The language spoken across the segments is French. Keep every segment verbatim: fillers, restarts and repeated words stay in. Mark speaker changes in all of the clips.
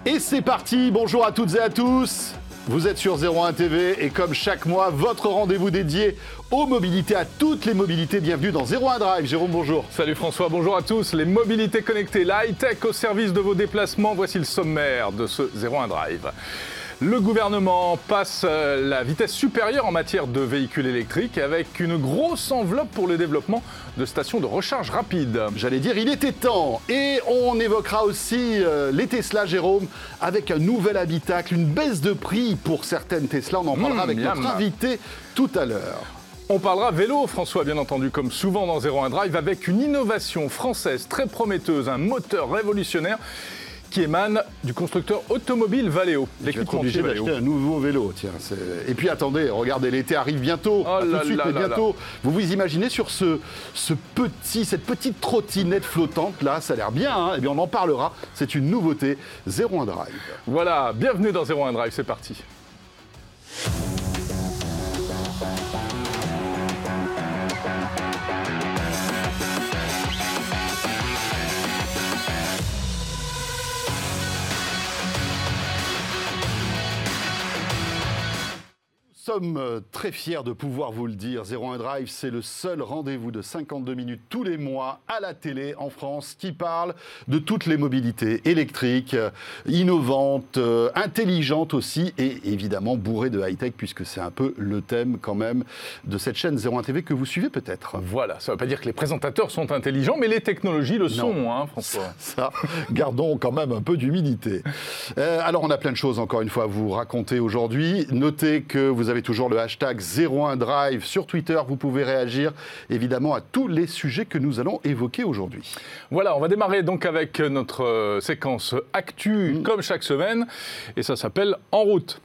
Speaker 1: Et c'est parti, bonjour à toutes et à tous. Vous êtes sur zéro un T V et comme chaque mois, votre rendez-vous dédié aux mobilités, à toutes les mobilités. Bienvenue dans zéro un Drive. Jérôme, bonjour.
Speaker 2: Salut François, bonjour à tous. Les mobilités connectées, la high-tech au service de vos déplacements. Voici le sommaire de ce zéro un Drive. Le gouvernement passe la vitesse supérieure en matière de véhicules électriques avec une grosse enveloppe pour le développement de stations de recharge rapide.
Speaker 1: J'allais dire, il était temps. Et on évoquera aussi euh, les Tesla, Jérôme, avec un nouvel habitacle, une baisse de prix pour certaines Tesla. On en parlera mmh, avec notre mal. invité tout à l'heure.
Speaker 2: On parlera vélo, François, bien entendu, comme souvent dans zéro un Drive, avec une innovation française très prometteuse, un moteur révolutionnaire qui émane du constructeur automobile Valeo.
Speaker 1: Je vais être obligé d'acheter un nouveau vélo, tiens. C'est... Et puis attendez, regardez, l'été arrive bientôt. Oh tout de suite, là, mais là, bientôt. Là. Vous vous imaginez sur ce, ce petit, cette petite trottinette flottante là, ça a l'air bien. Hein, et bien on en parlera. C'est une nouveauté. zéro un Drive.
Speaker 2: Voilà, bienvenue dans zéro un Drive. C'est parti.
Speaker 1: Nous sommes très fiers de pouvoir vous le dire. zéro un Drive, c'est le seul rendez-vous de cinquante-deux minutes tous les mois à la télé en France qui parle de toutes les mobilités électriques, innovantes, euh, intelligentes aussi et évidemment bourrées de high-tech puisque c'est un peu le thème quand même de cette chaîne zéro un T V que vous suivez peut-être.
Speaker 2: Voilà, ça ne veut pas dire que les présentateurs sont intelligents, mais les technologies le sont, non, hein, François.
Speaker 1: Ça, ça, gardons quand même un peu d'humilité. Euh, alors on a plein de choses encore une fois à vous raconter aujourd'hui. Notez que vous avez Vous avez toujours le hashtag zéro un Drive sur Twitter. Vous pouvez réagir évidemment à tous les sujets que nous allons évoquer aujourd'hui.
Speaker 2: Voilà, on va démarrer donc avec notre séquence Actu mmh. comme chaque semaine. Et ça s'appelle En route.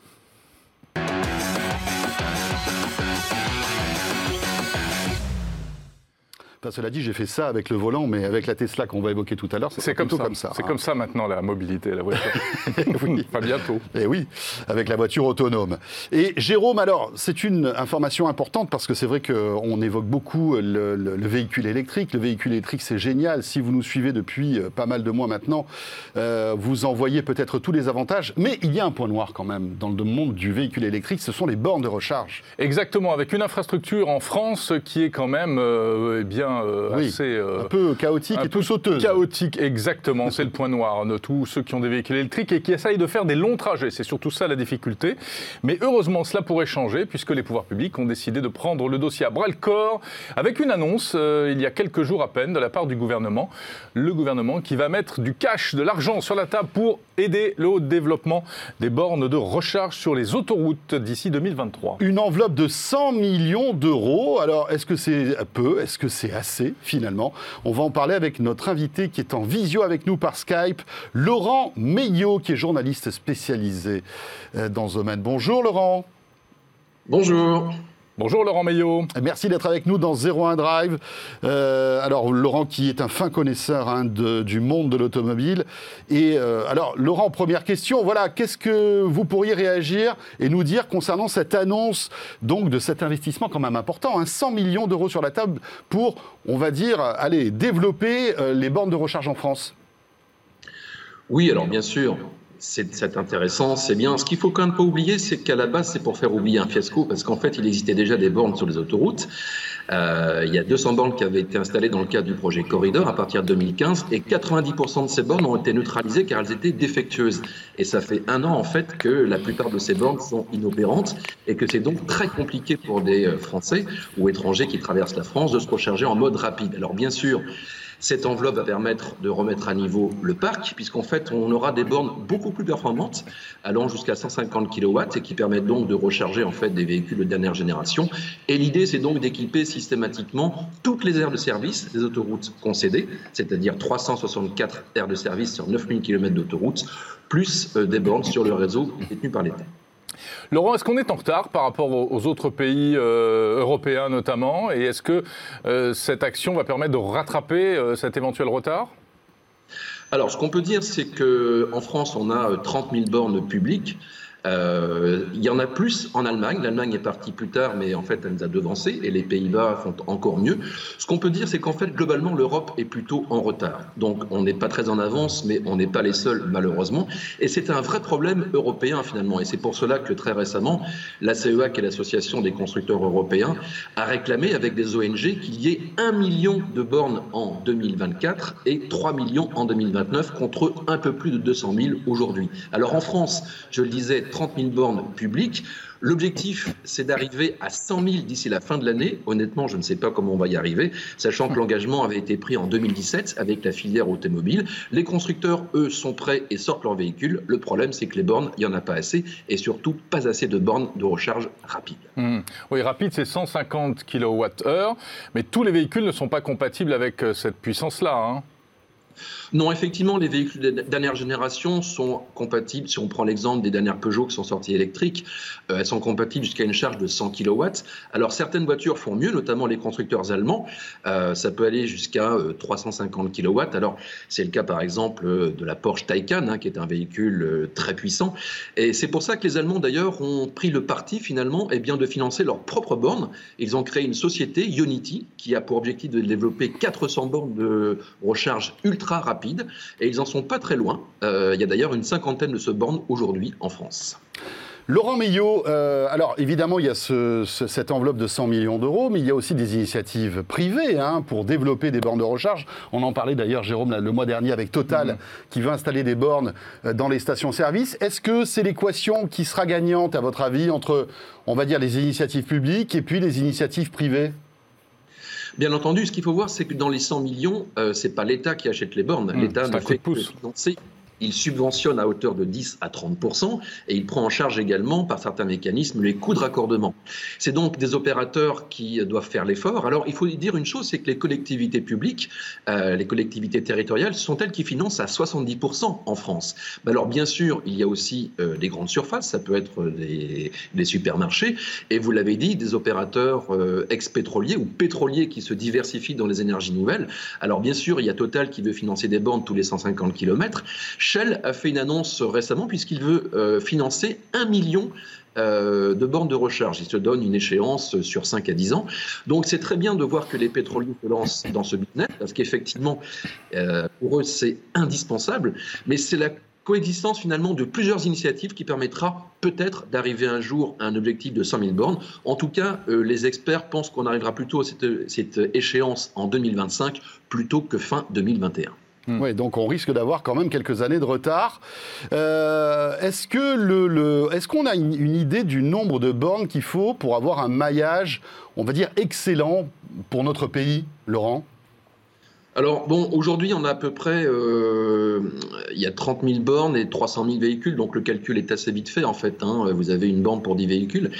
Speaker 1: Enfin, cela dit, j'ai fait ça avec le volant, mais avec la Tesla qu'on va évoquer tout à l'heure, c'est,
Speaker 2: c'est comme ça.
Speaker 1: comme ça.
Speaker 2: C'est
Speaker 1: hein.
Speaker 2: comme ça maintenant, la mobilité, la voiture. Oui. Enfin, bientôt.
Speaker 1: Et oui, avec la voiture autonome. Et Jérôme, alors, c'est une information importante parce que c'est vrai qu'on évoque beaucoup le, le, le véhicule électrique. Le véhicule électrique, c'est génial. Si vous nous suivez depuis pas mal de mois maintenant, euh, vous en voyez peut-être tous les avantages. Mais il y a un point noir quand même dans le monde du véhicule électrique, ce sont les bornes de recharge.
Speaker 2: Exactement, avec une infrastructure en France qui est quand même euh, bien Euh,
Speaker 1: oui,
Speaker 2: assez, euh,
Speaker 1: un peu chaotique
Speaker 2: un
Speaker 1: et tout sauteuse.
Speaker 2: Chaotique, exactement. C'est le point noir de tous ceux qui ont des véhicules électriques et qui essayent de faire des longs trajets. C'est surtout ça la difficulté. Mais heureusement, cela pourrait changer puisque les pouvoirs publics ont décidé de prendre le dossier à bras-le-corps avec une annonce euh, il y a quelques jours à peine de la part du gouvernement. Le gouvernement qui va mettre du cash, de l'argent sur la table pour aider le haut développement des bornes de recharge sur les autoroutes d'ici deux mille vingt-trois.
Speaker 1: Une enveloppe de cent millions d'euros. Alors, est-ce que c'est peu ? Est-ce que c'est assez, finalement ? On va en parler avec notre invité qui est en visio avec nous par Skype, Laurent Meillot, qui est journaliste spécialisé dans ce domaine. Bonjour Laurent.
Speaker 3: Bonjour.
Speaker 2: Bonjour Laurent Meillot.
Speaker 1: Merci d'être avec nous dans zéro un Drive. Euh, alors Laurent qui est un fin connaisseur hein, de, du monde de l'automobile. Et euh, alors Laurent, première question, voilà, qu'est-ce que vous pourriez réagir et nous dire concernant cette annonce donc de cet investissement quand même important, hein, cent millions d'euros sur la table pour, on va dire, allez, développer euh, les bornes de recharge en France?
Speaker 3: Oui, alors bien sûr. C'est, c'est intéressant, c'est bien. Ce qu'il faut quand même pas oublier, c'est qu'à la base, c'est pour faire oublier un fiasco, parce qu'en fait, il existait déjà des bornes sur les autoroutes. Euh, il y a deux cents bornes qui avaient été installées dans le cadre du projet Corridor à partir de deux mille quinze, et quatre-vingt-dix pour cent de ces bornes ont été neutralisées car elles étaient défectueuses. Et ça fait un an, en fait, que la plupart de ces bornes sont inopérantes, et que c'est donc très compliqué pour des Français ou étrangers qui traversent la France de se recharger en mode rapide. Alors bien sûr, cette enveloppe va permettre de remettre à niveau le parc, puisqu'en fait, on aura des bornes beaucoup plus performantes, allant jusqu'à cent cinquante kilowatts, et qui permettent donc de recharger en fait des véhicules de dernière génération. Et l'idée, c'est donc d'équiper systématiquement toutes les aires de service des autoroutes concédées, c'est-à-dire trois cent soixante-quatre aires de service sur neuf mille kilomètres d'autoroutes, plus euh, des bornes sur le réseau détenu par l'État.
Speaker 2: Laurent, est-ce qu'on est en retard par rapport aux autres pays euh, européens notamment ? Et est-ce que euh, cette action va permettre de rattraper euh, cet éventuel retard ?
Speaker 3: Alors, ce qu'on peut dire, c'est qu'en France, on a trente mille bornes publiques. Euh, il y en a plus en Allemagne. L'Allemagne est partie plus tard, mais en fait, elle nous a devancés et les Pays-Bas font encore mieux. Ce qu'on peut dire, c'est qu'en fait, globalement, l'Europe est plutôt en retard. Donc, on n'est pas très en avance, mais on n'est pas les seuls, malheureusement. Et c'est un vrai problème européen, finalement. Et c'est pour cela que très récemment, la C E A, qui est l'association des constructeurs européens, a réclamé avec des O N G qu'il y ait un million de bornes en deux mille vingt-quatre et trois millions en deux mille vingt-neuf, contre un peu plus de deux cent mille aujourd'hui. Alors en France, je le disais, trente mille bornes publiques. L'objectif, c'est d'arriver à cent mille d'ici la fin de l'année. Honnêtement, je ne sais pas comment on va y arriver, sachant que l'engagement avait été pris en deux mille dix-sept avec la filière automobile. Les constructeurs, eux, sont prêts et sortent leurs véhicules. Le problème, c'est que les bornes, il n'y en a pas assez, et surtout pas assez de bornes de recharge rapide. Mmh.
Speaker 2: Oui, rapide, c'est cent cinquante kilowattheures, mais tous les véhicules ne sont pas compatibles avec cette puissance-là, hein.
Speaker 3: Non, effectivement, les véhicules de dernière génération sont compatibles. Si on prend l'exemple des dernières Peugeot qui sont sorties électriques, euh, elles sont compatibles jusqu'à une charge de cent kilowatts. Alors, certaines voitures font mieux, notamment les constructeurs allemands. Euh, ça peut aller jusqu'à euh, trois cent cinquante kilowatts. Alors, c'est le cas, par exemple, euh, de la Porsche Taycan, hein, qui est un véhicule euh, très puissant. Et c'est pour ça que les Allemands, d'ailleurs, ont pris le parti, finalement, eh bien, de financer leurs propres bornes. Ils ont créé une société, Ionity, qui a pour objectif de développer quatre cents bornes de recharge ultra rapide. Et ils n'en sont pas très loin. Euh, il y a d'ailleurs une cinquantaine de ce bornes aujourd'hui en France.
Speaker 1: Laurent Meillot, euh, alors évidemment il y a ce, ce, cette enveloppe de cent millions d'euros, mais il y a aussi des initiatives privées hein, pour développer des bornes de recharge. On en parlait d'ailleurs, Jérôme, le mois dernier avec Total, mmh. qui veut installer des bornes dans les stations-service. Est-ce que c'est l'équation qui sera gagnante, à votre avis, entre, on va dire, les initiatives publiques et puis les initiatives privées ?
Speaker 3: Bien entendu, ce qu'il faut voir, c'est que dans les cent millions, euh, ce n'est pas l'État qui achète les bornes. Mmh, L'État ne fait que financer. Il subventionne à hauteur de dix à trente pour cent et il prend en charge également, par certains mécanismes, les coûts de raccordement. C'est donc des opérateurs qui doivent faire l'effort. Alors, il faut dire une chose, c'est que les collectivités publiques, euh, les collectivités territoriales, ce sont elles qui financent à soixante-dix pour cent en France. Mais alors, bien sûr, il y a aussi euh, des grandes surfaces, ça peut être des, des supermarchés, et vous l'avez dit, des opérateurs euh, ex-pétroliers ou pétroliers qui se diversifient dans les énergies nouvelles. Alors, bien sûr, il y a Total qui veut financer des bornes tous les cent cinquante kilomètres. Shell a fait une annonce récemment puisqu'il veut euh, financer un million euh, de bornes de recharge. Il se donne une échéance sur cinq à dix ans. Donc c'est très bien de voir que les pétroliers se lancent dans ce business parce qu'effectivement, euh, pour eux, c'est indispensable. Mais c'est la coexistence finalement de plusieurs initiatives qui permettra peut-être d'arriver un jour à un objectif de cent mille bornes. En tout cas, euh, les experts pensent qu'on arrivera plutôt à cette, cette échéance en deux mille vingt-cinq plutôt que fin deux mille vingt et un.
Speaker 1: Mmh. Oui, donc on risque d'avoir quand même quelques années de retard. Euh, est-ce que le, le, est-ce qu'on a une, une idée du nombre de bornes qu'il faut pour avoir un maillage, on va dire, excellent pour notre pays, Laurent ?
Speaker 3: Alors, bon, aujourd'hui, on a à peu près, euh, il y a trente mille bornes et trois cent mille véhicules, donc le calcul est assez vite fait, en fait, hein. Vous avez une borne pour dix véhicules.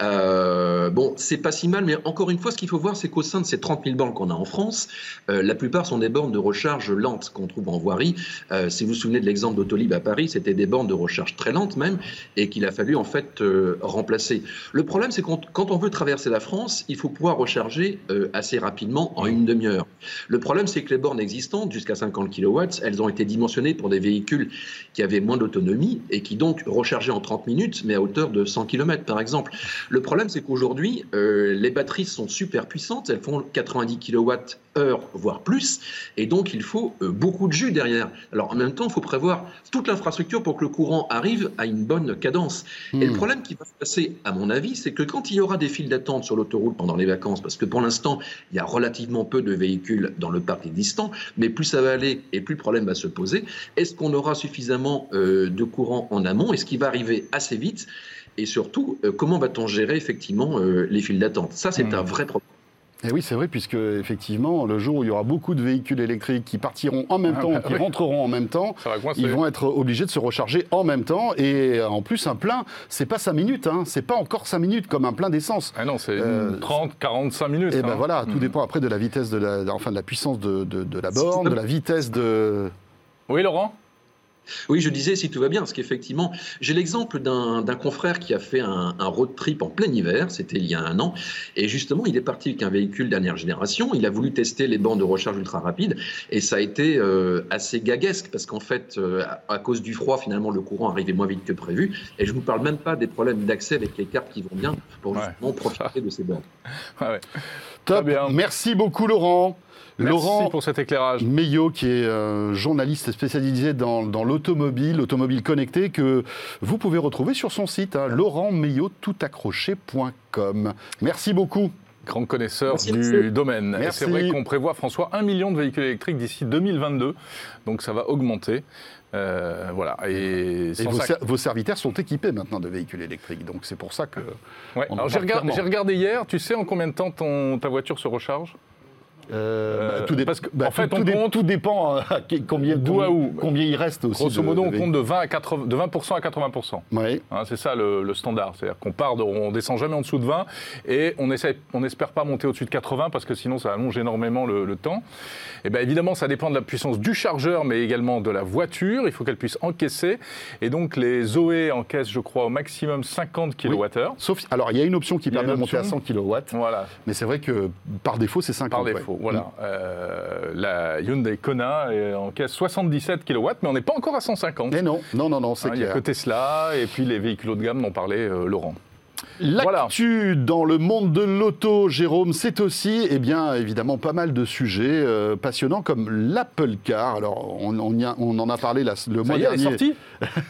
Speaker 3: Euh, bon, c'est pas si mal, mais encore une fois, ce qu'il faut voir, c'est qu'au sein de ces trente mille bornes qu'on a en France, euh, la plupart sont des bornes de recharge lentes qu'on trouve en voirie. Euh, si vous vous souvenez de l'exemple d'Autolib à Paris, c'était des bornes de recharge très lentes même, et qu'il a fallu, en fait, euh, remplacer. Le problème, c'est que quand on veut traverser la France, il faut pouvoir recharger euh, assez rapidement, en une demi-heure. Le problème, c'est que les bornes existantes, jusqu'à cinquante kilowatts, elles ont été dimensionnées pour des véhicules qui avaient moins d'autonomie et qui donc rechargeaient en trente minutes, mais à hauteur de cent kilomètres par exemple. Le problème, c'est qu'aujourd'hui, euh, les batteries sont super puissantes, elles font quatre-vingt-dix kilowatts heure, voire plus, et donc il faut euh, beaucoup de jus derrière. Alors en même temps, il faut prévoir toute l'infrastructure pour que le courant arrive à une bonne cadence. Mmh. Et le problème qui va se passer, à mon avis, c'est que quand il y aura des files d'attente sur l'autoroute pendant les vacances, parce que pour l'instant, il y a relativement peu de véhicules dans le parc existant, mais plus ça va aller et plus le problème va se poser, est-ce qu'on aura suffisamment euh, de courant en amont? Est-ce qu'il va arriver assez vite? Et surtout, euh, comment va-t-on gérer effectivement euh, les files d'attente? Ça, c'est mmh. un vrai problème.
Speaker 1: Et oui, c'est vrai, puisque effectivement, le jour où il y aura beaucoup de véhicules électriques qui partiront en même ah, temps, bah, qui oui. rentreront en même temps, ils vont être obligés de se recharger en même temps. Et en plus, un plein, c'est pas cinq minutes, hein, c'est pas encore cinq minutes comme un plein d'essence.
Speaker 2: Ah non, c'est euh, trente, quarante-cinq minutes.
Speaker 1: Et
Speaker 2: hein.
Speaker 1: ben voilà, tout mmh. dépend après de la vitesse, de la, enfin de la puissance de, de, de la borne, de la vitesse de.
Speaker 2: Oui, Laurent ?
Speaker 3: Oui, je disais si tout va bien, parce qu'effectivement, j'ai l'exemple d'un, d'un confrère qui a fait un, un road trip en plein hiver, c'était il y a un an, et justement, il est parti avec un véhicule dernière génération, il a voulu tester les bandes de recharge ultra rapide, et ça a été euh, assez gaguesque, parce qu'en fait, euh, à, à cause du froid, finalement, le courant arrivait moins vite que prévu, et je ne vous parle même pas des problèmes d'accès avec les cartes qui vont bien, pour justement ouais. profiter de ces bornes.
Speaker 2: Ouais, ouais.
Speaker 1: Top, bien. Merci beaucoup Laurent.
Speaker 2: Merci
Speaker 1: Laurent
Speaker 2: pour cet éclairage.
Speaker 1: Meillot, qui est euh, journaliste spécialisé dans, dans l'automobile, l'automobile connectée, que vous pouvez retrouver sur son site, hein, laurent meillot tout accroché point com. Merci beaucoup.
Speaker 2: Grand connaisseur
Speaker 3: Merci,
Speaker 2: du
Speaker 3: monsieur.
Speaker 2: domaine.
Speaker 1: Merci.
Speaker 2: Et c'est vrai qu'on prévoit, François, un million de véhicules électriques d'ici deux mille vingt-deux. Donc ça va augmenter. Euh, voilà. Et,
Speaker 1: Et vos, ser- vos serviteurs sont équipés maintenant de véhicules électriques. Donc c'est pour ça que...
Speaker 2: Ouais. Alors j'ai regardé, j'ai regardé hier, tu sais en combien de temps ton, ta voiture se recharge ?
Speaker 1: Euh, bah, tout, dé-
Speaker 2: parce que,
Speaker 1: bah,
Speaker 2: en fait,
Speaker 1: tout,
Speaker 2: on
Speaker 1: tout,
Speaker 2: compte
Speaker 1: tout dépend euh, combien, combien,
Speaker 2: où
Speaker 1: combien il reste aussi.
Speaker 2: Grosso
Speaker 1: de,
Speaker 2: modo,
Speaker 1: de
Speaker 2: on compte de vingt, à quatre-vingts, de vingt pour cent à quatre-vingts pour cent.
Speaker 1: Oui.
Speaker 2: Hein, c'est ça le, le standard. C'est-à-dire qu'on part, de, on descend jamais en dessous de vingt et on essaie, on n'espère pas monter au-dessus de quatre-vingts parce que sinon ça allonge énormément le, le temps. Et bien évidemment, ça dépend de la puissance du chargeur, mais également de la voiture. Il faut qu'elle puisse encaisser. Et donc les Zoé encaissent, je crois, au maximum cinquante kilowattheures.
Speaker 1: Oui. Sauf, alors il y a une option qui permet de monter à cent kilowatts.
Speaker 2: Voilà.
Speaker 1: Mais c'est vrai que par défaut, c'est cinquante.
Speaker 2: Par défaut,
Speaker 1: ouais.
Speaker 2: voilà.
Speaker 1: Mmh.
Speaker 2: Euh, la Hyundai Kona encaisse soixante-dix-sept kilowatts, mais on n'est pas encore à cent cinquante.
Speaker 1: Mais non, non, non, non, c'est
Speaker 2: hein,
Speaker 1: clair.
Speaker 2: Il n'y a que Tesla et puis les véhicules haut de gamme dont parlait euh, Laurent.
Speaker 1: L'actu voilà. Dans le monde de l'auto, Jérôme, c'est aussi, eh bien, évidemment, pas mal de sujets euh, passionnants comme l'Apple Car. Alors, on, on, y a, on en a parlé la, le
Speaker 2: Ça
Speaker 1: mois
Speaker 2: y est,
Speaker 1: dernier.
Speaker 2: Elle est sortie.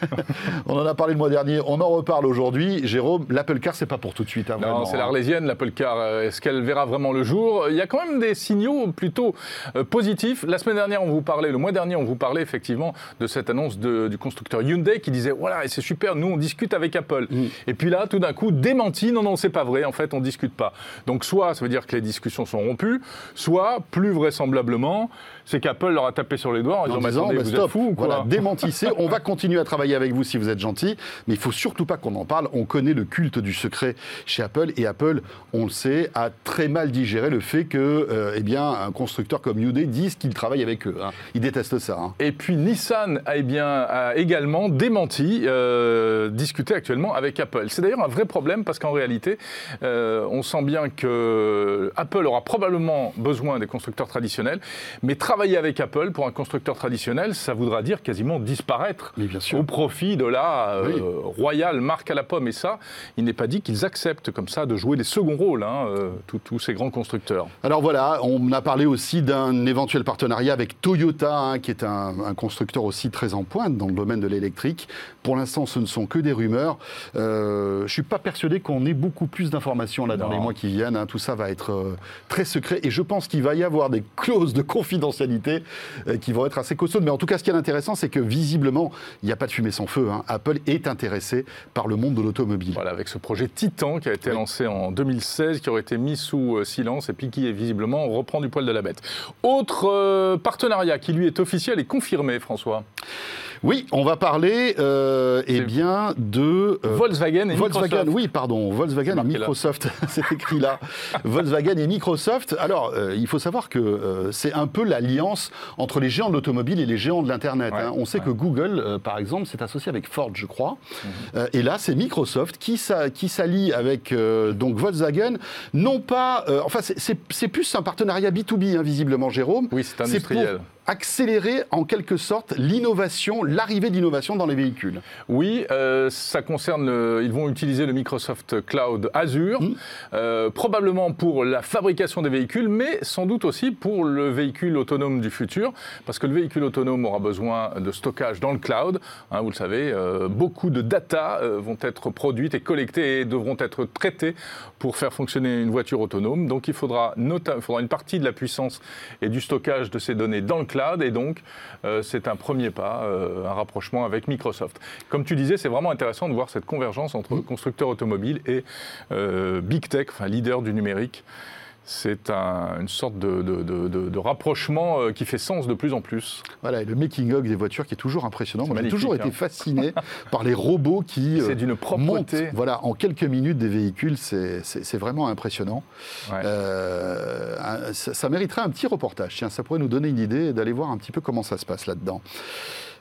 Speaker 1: On en a parlé le mois dernier, on en reparle aujourd'hui. Jérôme, l'Apple Car, c'est pas pour tout de suite. Hein,
Speaker 2: non,
Speaker 1: vraiment,
Speaker 2: c'est
Speaker 1: hein.
Speaker 2: l'Arlésienne, l'Apple Car. Est-ce qu'elle verra vraiment le jour ? Il y a quand même des signaux plutôt euh, positifs. La semaine dernière, on vous parlait, le mois dernier, on vous parlait effectivement de cette annonce de, du constructeur Hyundai qui disait voilà, c'est super, nous on discute avec Apple. Mm. Et puis là, tout d'un coup, démenti, non, non, c'est pas vrai, en fait, on ne discute pas. Donc, soit ça veut dire que les discussions sont rompues, soit, plus vraisemblablement, c'est qu'Apple leur a tapé sur les doigts en, en disant,
Speaker 1: disant, bah,
Speaker 2: vous
Speaker 1: stop,
Speaker 2: êtes fous ou quoi ?
Speaker 1: Voilà, démentissez, on va continuer à travailler avec vous si vous êtes gentil, mais il ne faut surtout pas qu'on en parle. On connaît le culte du secret chez Apple, et Apple, on le sait, a très mal digéré le fait que, euh, eh bien, un constructeur comme Hyundai dise qu'il travaille avec eux. Hein. Ils détestent ça. Hein.
Speaker 2: Et puis, Nissan a, eh bien, a également démenti, euh, discuté actuellement avec Apple. C'est d'ailleurs un vrai problème, parce qu'en réalité, Euh, on sent bien que Apple aura probablement besoin des constructeurs traditionnels, mais travailler avec Apple pour un constructeur traditionnel, ça voudra dire quasiment disparaître au profit de la euh, oui. royale marque à la pomme. Et ça, il n'est pas dit qu'ils acceptent comme ça de jouer des seconds rôles, hein, euh, tous ces grands constructeurs.
Speaker 1: Alors voilà, on a parlé aussi d'un éventuel partenariat avec Toyota, hein, qui est un, un constructeur aussi très en pointe dans le domaine de l'électrique. Pour l'instant, ce ne sont que des rumeurs. Euh, je ne suis pas persuadé qu'on ait beaucoup plus d'informations là, dans non. les mois qui viennent. Hein. Tout ça va être euh, très secret. Et je pense qu'il va y avoir des clauses de confidentialité euh, qui vont être assez costaudes. Mais en tout cas, ce qui est intéressant, c'est que visiblement, il n'y a pas de fumée sans feu. Hein. Apple est intéressé par le monde de l'automobile.
Speaker 2: Voilà, avec ce projet Titan qui a été oui. lancé en deux mille seize, qui aurait été mis sous euh, silence et puis qui, visiblement, reprend du poil de la bête. Autre euh, partenariat qui, lui, est officiel et confirmé, François.
Speaker 1: Oui, on va parler euh, eh bien, de...
Speaker 2: Euh, Volkswagen et
Speaker 1: Volkswagen,
Speaker 2: Microsoft.
Speaker 1: Oui, pardon, Volkswagen et Microsoft, c'est écrit là. Volkswagen et Microsoft. Alors, euh, il faut savoir que euh, c'est un peu l'alliance entre les géants de l'automobile et les géants de l'Internet. Ouais, hein. On sait ouais. que Google, euh, par exemple, s'est associé avec Ford, je crois. Mm-hmm. Euh, et là, c'est Microsoft qui, sa, qui s'allie avec euh, donc Volkswagen. Non pas... Euh, enfin, c'est, c'est, c'est plus un partenariat B deux B, hein, visiblement, Jérôme.
Speaker 2: Oui, c'est industriel.
Speaker 1: C'est pour accélérer en quelque sorte l'innovation, l'arrivée d'innovation dans les véhicules.
Speaker 2: Oui, euh, ça concerne, le, ils vont utiliser le Microsoft Cloud Azure, mmh. euh, probablement pour la fabrication des véhicules, mais sans doute aussi pour le véhicule autonome du futur, parce que le véhicule autonome aura besoin de stockage dans le cloud. Hein, vous le savez, euh, beaucoup de data euh, vont être produites et collectées et devront être traitées pour faire fonctionner une voiture autonome. Donc il faudra, nota- il faudra une partie de la puissance et du stockage de ces données dans le cloud. Et donc, euh, c'est un premier pas, euh, un rapprochement avec Microsoft. Comme tu disais, c'est vraiment intéressant de voir cette convergence entre mmh. constructeurs automobiles et euh, Big Tech, enfin leader du numérique. C'est un, une sorte de, de, de, de, de rapprochement euh, qui fait sens de plus en plus.
Speaker 1: Voilà, et le making-of des voitures qui est toujours impressionnant. Moi, j'ai toujours
Speaker 2: hein.
Speaker 1: été fasciné par les robots qui
Speaker 2: c'est d'une propreté.
Speaker 1: montent voilà, en quelques minutes des véhicules. C'est, c'est, c'est vraiment impressionnant. Ouais. Euh, ça, ça mériterait un petit reportage. Tiens, ça pourrait nous donner une idée d'aller voir un petit peu comment ça se passe là-dedans.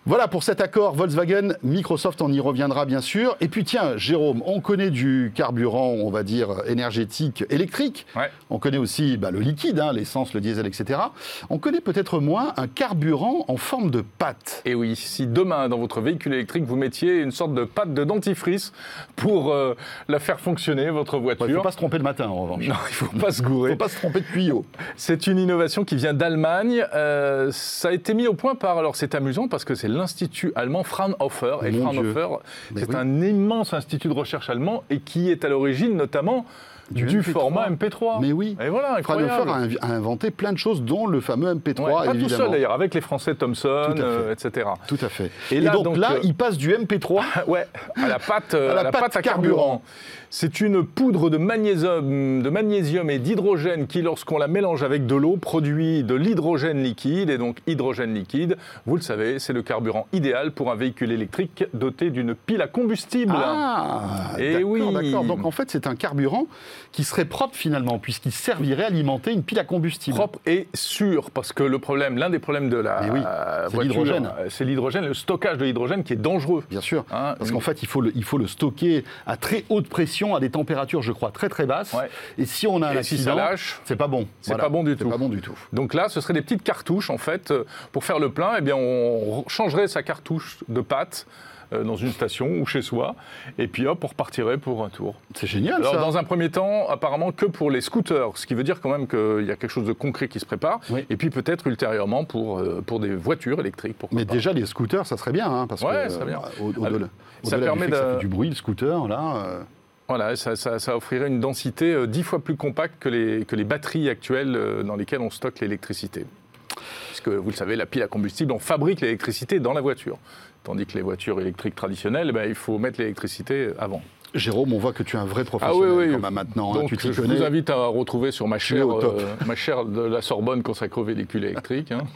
Speaker 1: Voilà pour cet accord Volkswagen, Microsoft, on y reviendra bien sûr. Et puis tiens, Jérôme, on connaît du carburant, on va dire, énergétique, électrique.
Speaker 2: Ouais.
Speaker 1: On connaît aussi bah, le liquide, hein, l'essence, le diesel, et cetera. On connaît peut-être moins un carburant en forme de pâte.
Speaker 2: Et oui, si demain, dans votre véhicule électrique, vous mettiez une sorte de pâte de dentifrice pour euh, la faire fonctionner, votre voiture.
Speaker 1: Il ne faut pas se tromper le matin, en revanche.
Speaker 2: Non, il ne faut pas se gourer.
Speaker 1: Il ne faut pas se tromper de tuyau.
Speaker 2: C'est une innovation qui vient d'Allemagne. Euh, ça a été mis au point par, alors c'est amusant parce que c'est l'Institut allemand Fraunhofer. Et
Speaker 1: Mon
Speaker 2: Fraunhofer,
Speaker 1: Mais
Speaker 2: c'est
Speaker 1: oui.
Speaker 2: un immense institut de recherche allemand et qui est à l'origine notamment du,
Speaker 1: Du M P trois.
Speaker 2: format M P trois.
Speaker 1: Mais oui.
Speaker 2: Et voilà, incroyable.
Speaker 1: Fraunhofer a, inv- a inventé plein de choses, dont le fameux M P trois,
Speaker 2: Ouais, pas
Speaker 1: évidemment.
Speaker 2: tout seul d'ailleurs, avec les Français Thomson,
Speaker 1: Tout à fait.
Speaker 2: euh, et cetera.
Speaker 1: Tout à fait.
Speaker 2: Et
Speaker 1: Et,
Speaker 2: là,
Speaker 1: donc,
Speaker 2: donc,
Speaker 1: là,
Speaker 2: euh,
Speaker 1: il passe du M P trois
Speaker 2: Ouais, à la pâte, euh,
Speaker 1: À la
Speaker 2: à la
Speaker 1: pâte
Speaker 2: pâte à
Speaker 1: carburant.
Speaker 2: carburant. C'est une poudre de magnésium, de magnésium et d'hydrogène qui, lorsqu'on la mélange avec de l'eau, produit de l'hydrogène liquide. Et donc, hydrogène liquide, vous le savez, c'est le carburant idéal pour un véhicule électrique doté d'une pile à combustible.
Speaker 1: Ah,
Speaker 2: Eh
Speaker 1: d'accord,
Speaker 2: oui.
Speaker 1: d'accord. Donc en fait, c'est un carburant qui serait propre finalement, puisqu'il servirait à alimenter une pile à combustible.
Speaker 2: Propre et sûr, parce que le problème, l'un des problèmes de la
Speaker 1: Mais oui,
Speaker 2: euh,
Speaker 1: c'est
Speaker 2: voiture,
Speaker 1: l'hydrogène.
Speaker 2: euh, c'est l'hydrogène, le stockage de l'hydrogène qui est dangereux.
Speaker 1: Bien sûr,
Speaker 2: Hein,
Speaker 1: parce
Speaker 2: une-
Speaker 1: qu'en fait, il faut, le, il faut le stocker à très haute pression, à des températures, je crois, très très basses.
Speaker 2: Ouais.
Speaker 1: Et si on a un
Speaker 2: Et si
Speaker 1: accident,
Speaker 2: ça lâche,
Speaker 1: c'est pas bon.
Speaker 2: c'est pas bon du
Speaker 1: C'est
Speaker 2: tout.
Speaker 1: pas bon du tout.
Speaker 2: Donc là, ce seraient des petites cartouches, en fait. Euh, Pour faire le plein, eh bien, on changerait sa cartouche de pâte euh, dans une station ou chez soi, et puis hop, on repartirait pour un tour.
Speaker 1: C'est génial
Speaker 2: Alors,
Speaker 1: ça.
Speaker 2: dans un premier temps, apparemment que pour les scooters, ce qui veut dire quand même qu'il y a quelque chose de concret qui se prépare,
Speaker 1: Oui.
Speaker 2: et puis peut-être ultérieurement pour, euh, pour des voitures électriques, pourquoi
Speaker 1: Mais
Speaker 2: pas.
Speaker 1: déjà, les scooters, ça serait bien, hein, parce
Speaker 2: Ouais,
Speaker 1: que
Speaker 2: ça serait bien.
Speaker 1: euh, au, au-
Speaker 2: Ah,
Speaker 1: au-delà
Speaker 2: ça
Speaker 1: au-delà
Speaker 2: permet
Speaker 1: du fait que
Speaker 2: de-
Speaker 1: ça fait du bruit, le scooter, là. euh,
Speaker 2: Voilà, ça, ça, ça offrirait une densité euh, dix fois plus compacte que les, que les batteries actuelles euh, dans lesquelles on stocke l'électricité. Puisque, vous le savez, la pile à combustible, on fabrique l'électricité dans la voiture. Tandis que les voitures électriques traditionnelles, eh ben, il faut mettre l'électricité avant.
Speaker 1: Jérôme, on voit que tu es un vrai
Speaker 2: Ah
Speaker 1: professionnel
Speaker 2: oui, oui.
Speaker 1: quand même maintenant. hein,
Speaker 2: Donc,
Speaker 1: tu t'y
Speaker 2: je
Speaker 1: connais.
Speaker 2: vous invite à retrouver sur ma
Speaker 1: Tu es
Speaker 2: chaire,
Speaker 1: au top.
Speaker 2: euh, ma chaire de la Sorbonne consacrée aux véhicules électriques. Hein.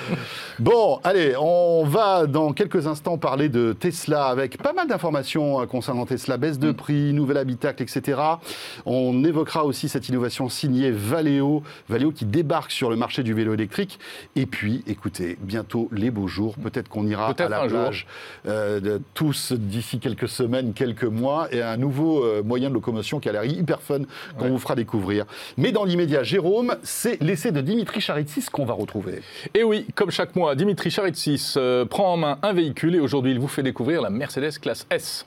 Speaker 1: Bon, allez, on va dans quelques instants parler de Tesla avec pas mal d'informations euh, concernant Tesla, baisse de prix, nouvel habitacle, et cetera. On évoquera aussi cette innovation signée Valeo, Valeo qui débarque sur le marché du vélo électrique. Et puis, écoutez, bientôt les beaux jours. Peut-être qu'on ira
Speaker 2: Peut-être
Speaker 1: à la
Speaker 2: un jour.
Speaker 1: plage euh, de, tous d'ici quelques semaines, quelques mois, et un nouveau euh, moyen de locomotion qui a l'air hyper fun qu'on
Speaker 2: Ouais.
Speaker 1: vous fera découvrir. Mais dans l'immédiat, Jérôme, c'est l'essai de Dimitri Charitsis qu'on va retrouver.
Speaker 2: Et oui, comme chaque mois, Dimitri Charitsis euh, prend en main un véhicule et aujourd'hui, il vous fait découvrir la Mercedes classe S.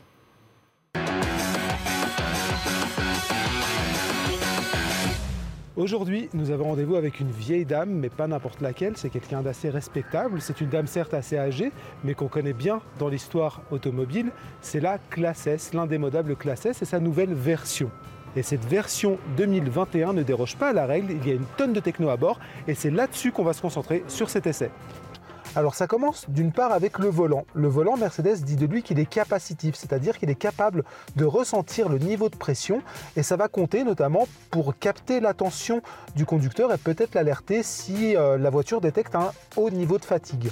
Speaker 4: Aujourd'hui, nous avons rendez-vous avec une vieille dame, mais pas n'importe laquelle, c'est quelqu'un d'assez respectable. C'est une dame certes assez âgée, mais qu'on connaît bien dans l'histoire automobile. C'est la classe S, l'indémodable classe S et sa nouvelle version. Et cette version deux mille vingt et un ne déroge pas à la règle, il y a une tonne de techno à bord et c'est là-dessus qu'on va se concentrer sur cet essai. Alors ça commence d'une part avec le volant. Le volant, Mercedes dit de lui qu'il est capacitif, c'est-à-dire qu'il est capable de ressentir le niveau de pression et ça va compter notamment pour capter l'attention du conducteur et peut-être l'alerter si euh, la voiture détecte un haut niveau de fatigue.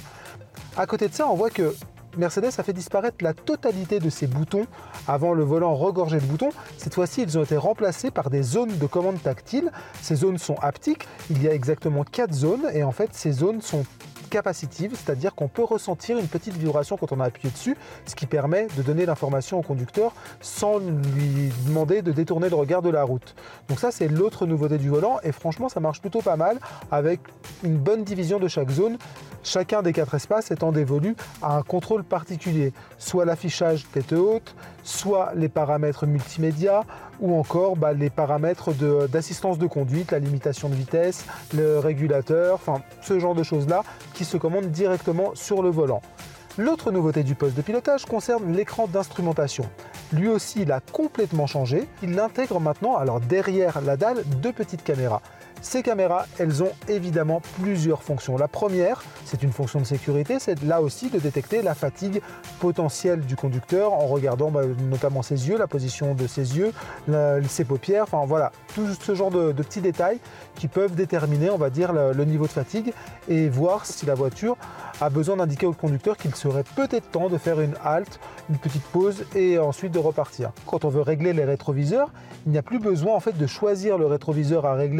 Speaker 4: À côté de ça, on voit que Mercedes a fait disparaître la totalité de ses boutons. Avant, le volant regorgeait de boutons. Cette fois-ci, ils ont été remplacés par des zones de commande tactile. Ces zones sont haptiques. Il y a exactement quatre zones et en fait, ces zones sont capacitive, c'est-à-dire qu'on peut ressentir une petite vibration quand on a appuyé dessus, ce qui permet de donner l'information au conducteur sans lui demander de détourner le regard de la route. Donc ça, c'est l'autre nouveauté du volant et franchement, ça marche plutôt pas mal avec une bonne division de chaque zone, chacun des quatre espaces étant dévolu à un contrôle particulier, soit l'affichage tête haute, soit les paramètres multimédia, ou encore bah, les paramètres de, d'assistance de conduite, la limitation de vitesse, le régulateur, enfin ce genre de choses-là qui se commandent directement sur le volant. L'autre nouveauté du poste de pilotage concerne l'écran d'instrumentation. Lui aussi, il a complètement changé. Il intègre maintenant, alors derrière la dalle, deux petites caméras. Ces caméras, elles ont évidemment plusieurs fonctions. La première, c'est une fonction de sécurité, c'est là aussi de détecter la fatigue potentielle du conducteur en regardant bah, notamment ses yeux, la position de ses yeux, la, ses paupières, enfin voilà, tout ce genre de, de petits détails qui peuvent déterminer, on va dire, le, le niveau de fatigue et voir si la voiture a besoin d'indiquer au conducteur qu'il serait peut-être temps de faire une halte, une petite pause et ensuite de repartir. Quand on veut régler les rétroviseurs, il n'y a plus besoin en fait de choisir le rétroviseur à régler et ensuite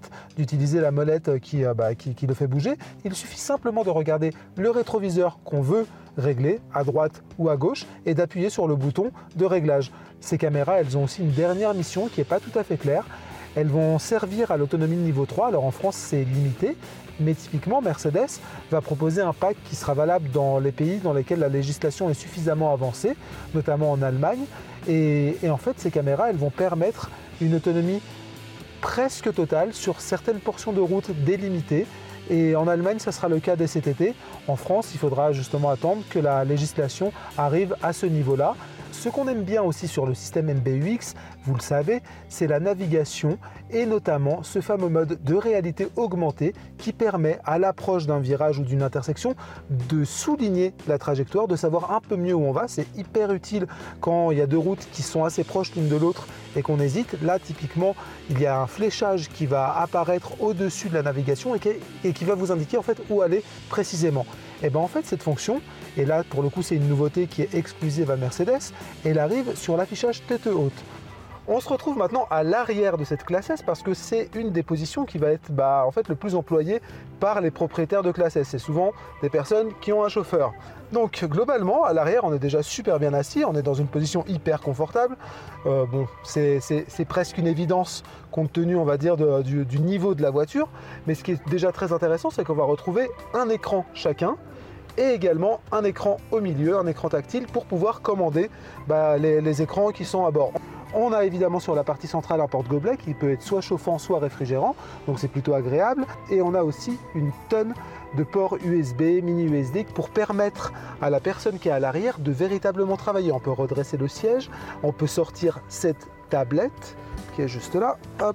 Speaker 4: évite d'utiliser la molette qui, euh, bah, qui, qui le fait bouger. Il suffit simplement de regarder le rétroviseur qu'on veut régler à droite ou à gauche et d'appuyer sur le bouton de réglage. Ces caméras, elles ont aussi une dernière mission qui n'est pas tout à fait claire. Elles vont servir à l'autonomie de niveau trois. Alors en France, c'est limité, mais typiquement, Mercedes va proposer un pack qui sera valable dans les pays dans lesquels la législation est suffisamment avancée, notamment en Allemagne. Et, et en fait, ces caméras, elles vont permettre une autonomie presque totale sur certaines portions de route délimitées. Et en Allemagne, ça sera le cas dès cet été. En France, il faudra justement attendre que la législation arrive à ce niveau-là. Ce qu'on aime bien aussi sur le système M B U X, vous le savez, c'est la navigation et notamment ce fameux mode de réalité augmentée qui permet à l'approche d'un virage ou d'une intersection de souligner la trajectoire, de savoir un peu mieux où on va. C'est hyper utile quand il y a deux routes qui sont assez proches l'une de l'autre et qu'on hésite. Là, typiquement, il y a un fléchage qui va apparaître au-dessus de la navigation et qui, et qui va vous indiquer en fait où aller précisément. Et bien en fait, cette fonction, et là pour le coup c'est une nouveauté qui est exclusive à Mercedes, elle arrive sur l'affichage tête haute. On se retrouve maintenant à l'arrière de cette classe S parce que c'est une des positions qui va être bah, en fait, le plus employée par les propriétaires de classe S. C'est souvent des personnes qui ont un chauffeur. Donc globalement, à l'arrière, on est déjà super bien assis, on est dans une position hyper confortable. Euh, bon, c'est, c'est, c'est presque une évidence compte tenu, on va dire, de, du, du niveau de la voiture. Mais ce qui est déjà très intéressant, c'est qu'on va retrouver un écran chacun et également un écran au milieu, un écran tactile pour pouvoir commander bah, les, les écrans qui sont à bord. On a évidemment sur la partie centrale un porte-gobelet qui peut être soit chauffant, soit réfrigérant, donc c'est plutôt agréable. Et on a aussi une tonne de ports U S B, mini U S B pour permettre à la personne qui est à l'arrière de véritablement travailler. On peut redresser le siège, on peut sortir cette tablette qui est juste là, hop,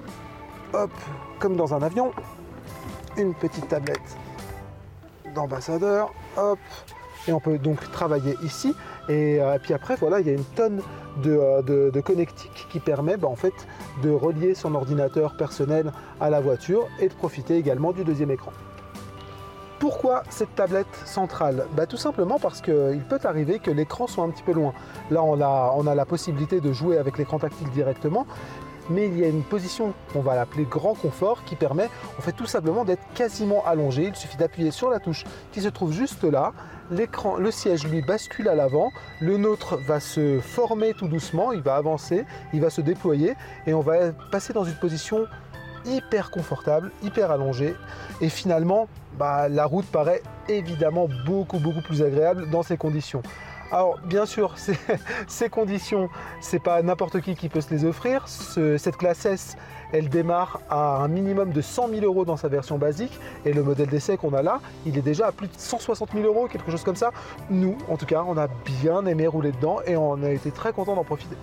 Speaker 4: hop, comme dans un avion, une petite tablette d'ambassadeur, hop, et on peut donc travailler ici. Et euh, puis après, voilà, il y a une tonne de, euh, de, de connectique qui permet bah, en fait, de relier son ordinateur personnel à la voiture et de profiter également du deuxième écran. Pourquoi cette tablette centrale? Bah, tout simplement parce qu'il peut arriver que l'écran soit un petit peu loin. Là, on a, on a la possibilité de jouer avec l'écran tactile directement, mais il y a une position qu'on va l'appeler grand confort qui permet en fait tout simplement d'être quasiment allongé. Il suffit d'appuyer sur la touche qui se trouve juste là. L'écran, le siège lui bascule à l'avant, le nôtre va se former tout doucement, il va avancer, il va se déployer et on va passer dans une position hyper confortable, hyper allongée et finalement bah, la route paraît évidemment beaucoup beaucoup plus agréable dans ces conditions. Alors bien sûr, ces, ces conditions, c'est pas n'importe qui qui peut se les offrir. Ce, cette classe S, elle démarre à un minimum de cent mille euros dans sa version basique et le modèle d'essai qu'on a là, il est déjà à plus de cent soixante mille euros, quelque chose comme ça. Nous, en tout cas, on a bien aimé rouler dedans et on a été très content d'en profiter.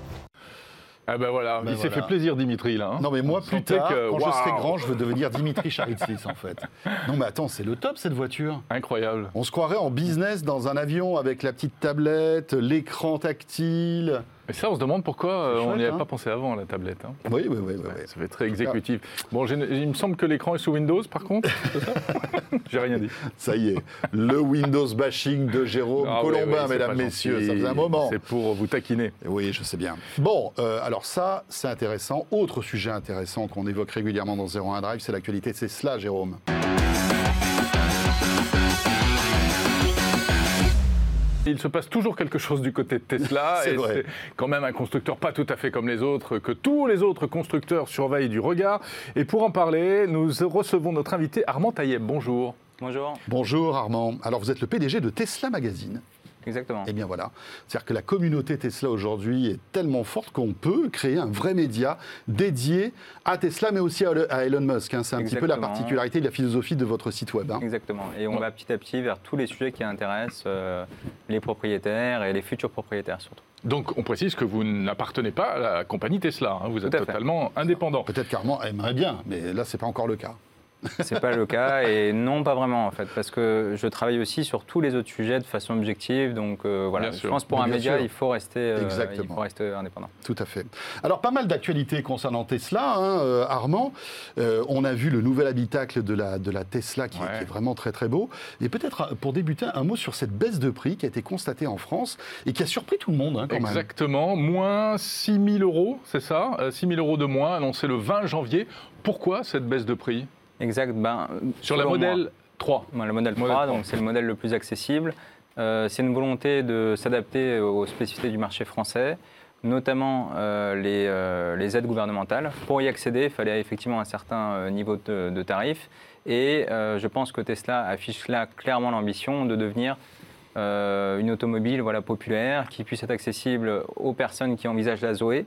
Speaker 2: Ah ben voilà,
Speaker 1: ben
Speaker 2: il
Speaker 1: voilà.
Speaker 2: s'est fait plaisir Dimitri là. Hein.
Speaker 1: Non mais moi plus tard,
Speaker 2: que,
Speaker 1: quand
Speaker 2: wow.
Speaker 1: je serai grand, je veux devenir Dimitri Charitsis en fait. Non mais attends, c'est le top cette voiture.
Speaker 2: Incroyable.
Speaker 1: On se croirait en business dans un avion avec la petite tablette, l'écran tactile.
Speaker 2: Et ça, on se demande pourquoi euh,
Speaker 1: chouette,
Speaker 2: on n'y avait
Speaker 1: hein.
Speaker 2: pas pensé avant, la tablette. Hein.
Speaker 1: Oui, oui, oui. oui,
Speaker 2: Ouais,
Speaker 1: oui.
Speaker 2: ça fait très exécutif. Bon, j'ai- il me semble que l'écran est sous Windows, par contre. C'est ça J'ai rien dit.
Speaker 1: Ça y est, le Windows bashing de Jérôme
Speaker 2: Ah ouais,
Speaker 1: Colombin,
Speaker 2: ouais, c'est
Speaker 1: mesdames,
Speaker 2: pas
Speaker 1: messieurs,
Speaker 2: gentil.
Speaker 1: ça faisait un moment.
Speaker 2: C'est pour vous taquiner.
Speaker 1: Oui, je sais bien. Bon, euh, alors ça, c'est intéressant. Autre sujet intéressant qu'on évoque régulièrement dans zéro un Drive, c'est l'actualité de Tesla, Jérôme.
Speaker 2: Il se passe toujours quelque chose du côté de Tesla.
Speaker 1: C'est
Speaker 2: et
Speaker 1: vrai.
Speaker 2: c'est quand même un constructeur pas tout à fait comme les autres, que tous les autres constructeurs surveillent du regard. Et pour en parler, nous recevons notre invité Armand Taïeb. Bonjour.
Speaker 5: Bonjour.
Speaker 1: Bonjour Armand. Alors vous êtes le P D G de Tesla Magazine.
Speaker 5: Exactement.
Speaker 1: Eh bien voilà, c'est-à-dire que la communauté Tesla aujourd'hui est tellement forte qu'on peut créer un vrai média dédié à Tesla, mais aussi à Elon Musk. Hein. C'est un petit peu la
Speaker 5: Exactement.
Speaker 1: particularité de la philosophie de votre site web. Hein.
Speaker 5: Exactement. Et on va petit à petit vers tous les sujets qui intéressent euh, les propriétaires et les futurs propriétaires surtout.
Speaker 2: Donc on précise que vous n'appartenez pas à la compagnie Tesla. Hein. Vous êtes
Speaker 5: Tout à fait.
Speaker 2: totalement indépendant.
Speaker 1: Peut-être qu'Armand aimerait bien, mais là, c'est pas encore le cas.
Speaker 5: C'est pas le cas et non, pas vraiment en fait, parce que je travaille aussi sur tous les autres sujets de façon objective. Donc euh, voilà,
Speaker 2: Bien
Speaker 5: je
Speaker 2: sûr.
Speaker 5: pense pour
Speaker 1: Mais
Speaker 5: un
Speaker 1: bien
Speaker 5: média,
Speaker 1: sûr.
Speaker 5: il faut rester, euh,
Speaker 1: Exactement.
Speaker 5: il faut rester indépendant.
Speaker 1: Tout à fait. Alors, pas mal d'actualités concernant Tesla, hein, euh, Armand. Euh, on a vu le nouvel habitacle de la, de la Tesla qui,
Speaker 2: Ouais.
Speaker 1: qui est vraiment très très beau. Et peut-être, pour débuter, un mot sur cette baisse de prix qui a été constatée en France et qui a surpris tout le monde, hein, quand même.
Speaker 2: Exactement, moins six mille euros, c'est ça, euh, six mille euros de moins annoncé le vingt janvier. Pourquoi cette baisse de prix?
Speaker 5: Exact. Ben,
Speaker 2: Sur la
Speaker 5: selon moi,
Speaker 2: modèle trois.
Speaker 5: Ouais, le modèle
Speaker 2: Modèle
Speaker 5: trois,
Speaker 2: trois.
Speaker 5: donc c'est le modèle le plus accessible. Euh, c'est une volonté de s'adapter aux spécificités du marché français, notamment euh, les, euh, les aides gouvernementales. Pour y accéder, il fallait effectivement un certain euh, niveau de, de tarif. Et euh, je pense que Tesla affiche là clairement l'ambition de devenir euh, une automobile voilà, populaire, qui puisse être accessible aux personnes qui envisagent la Zoé.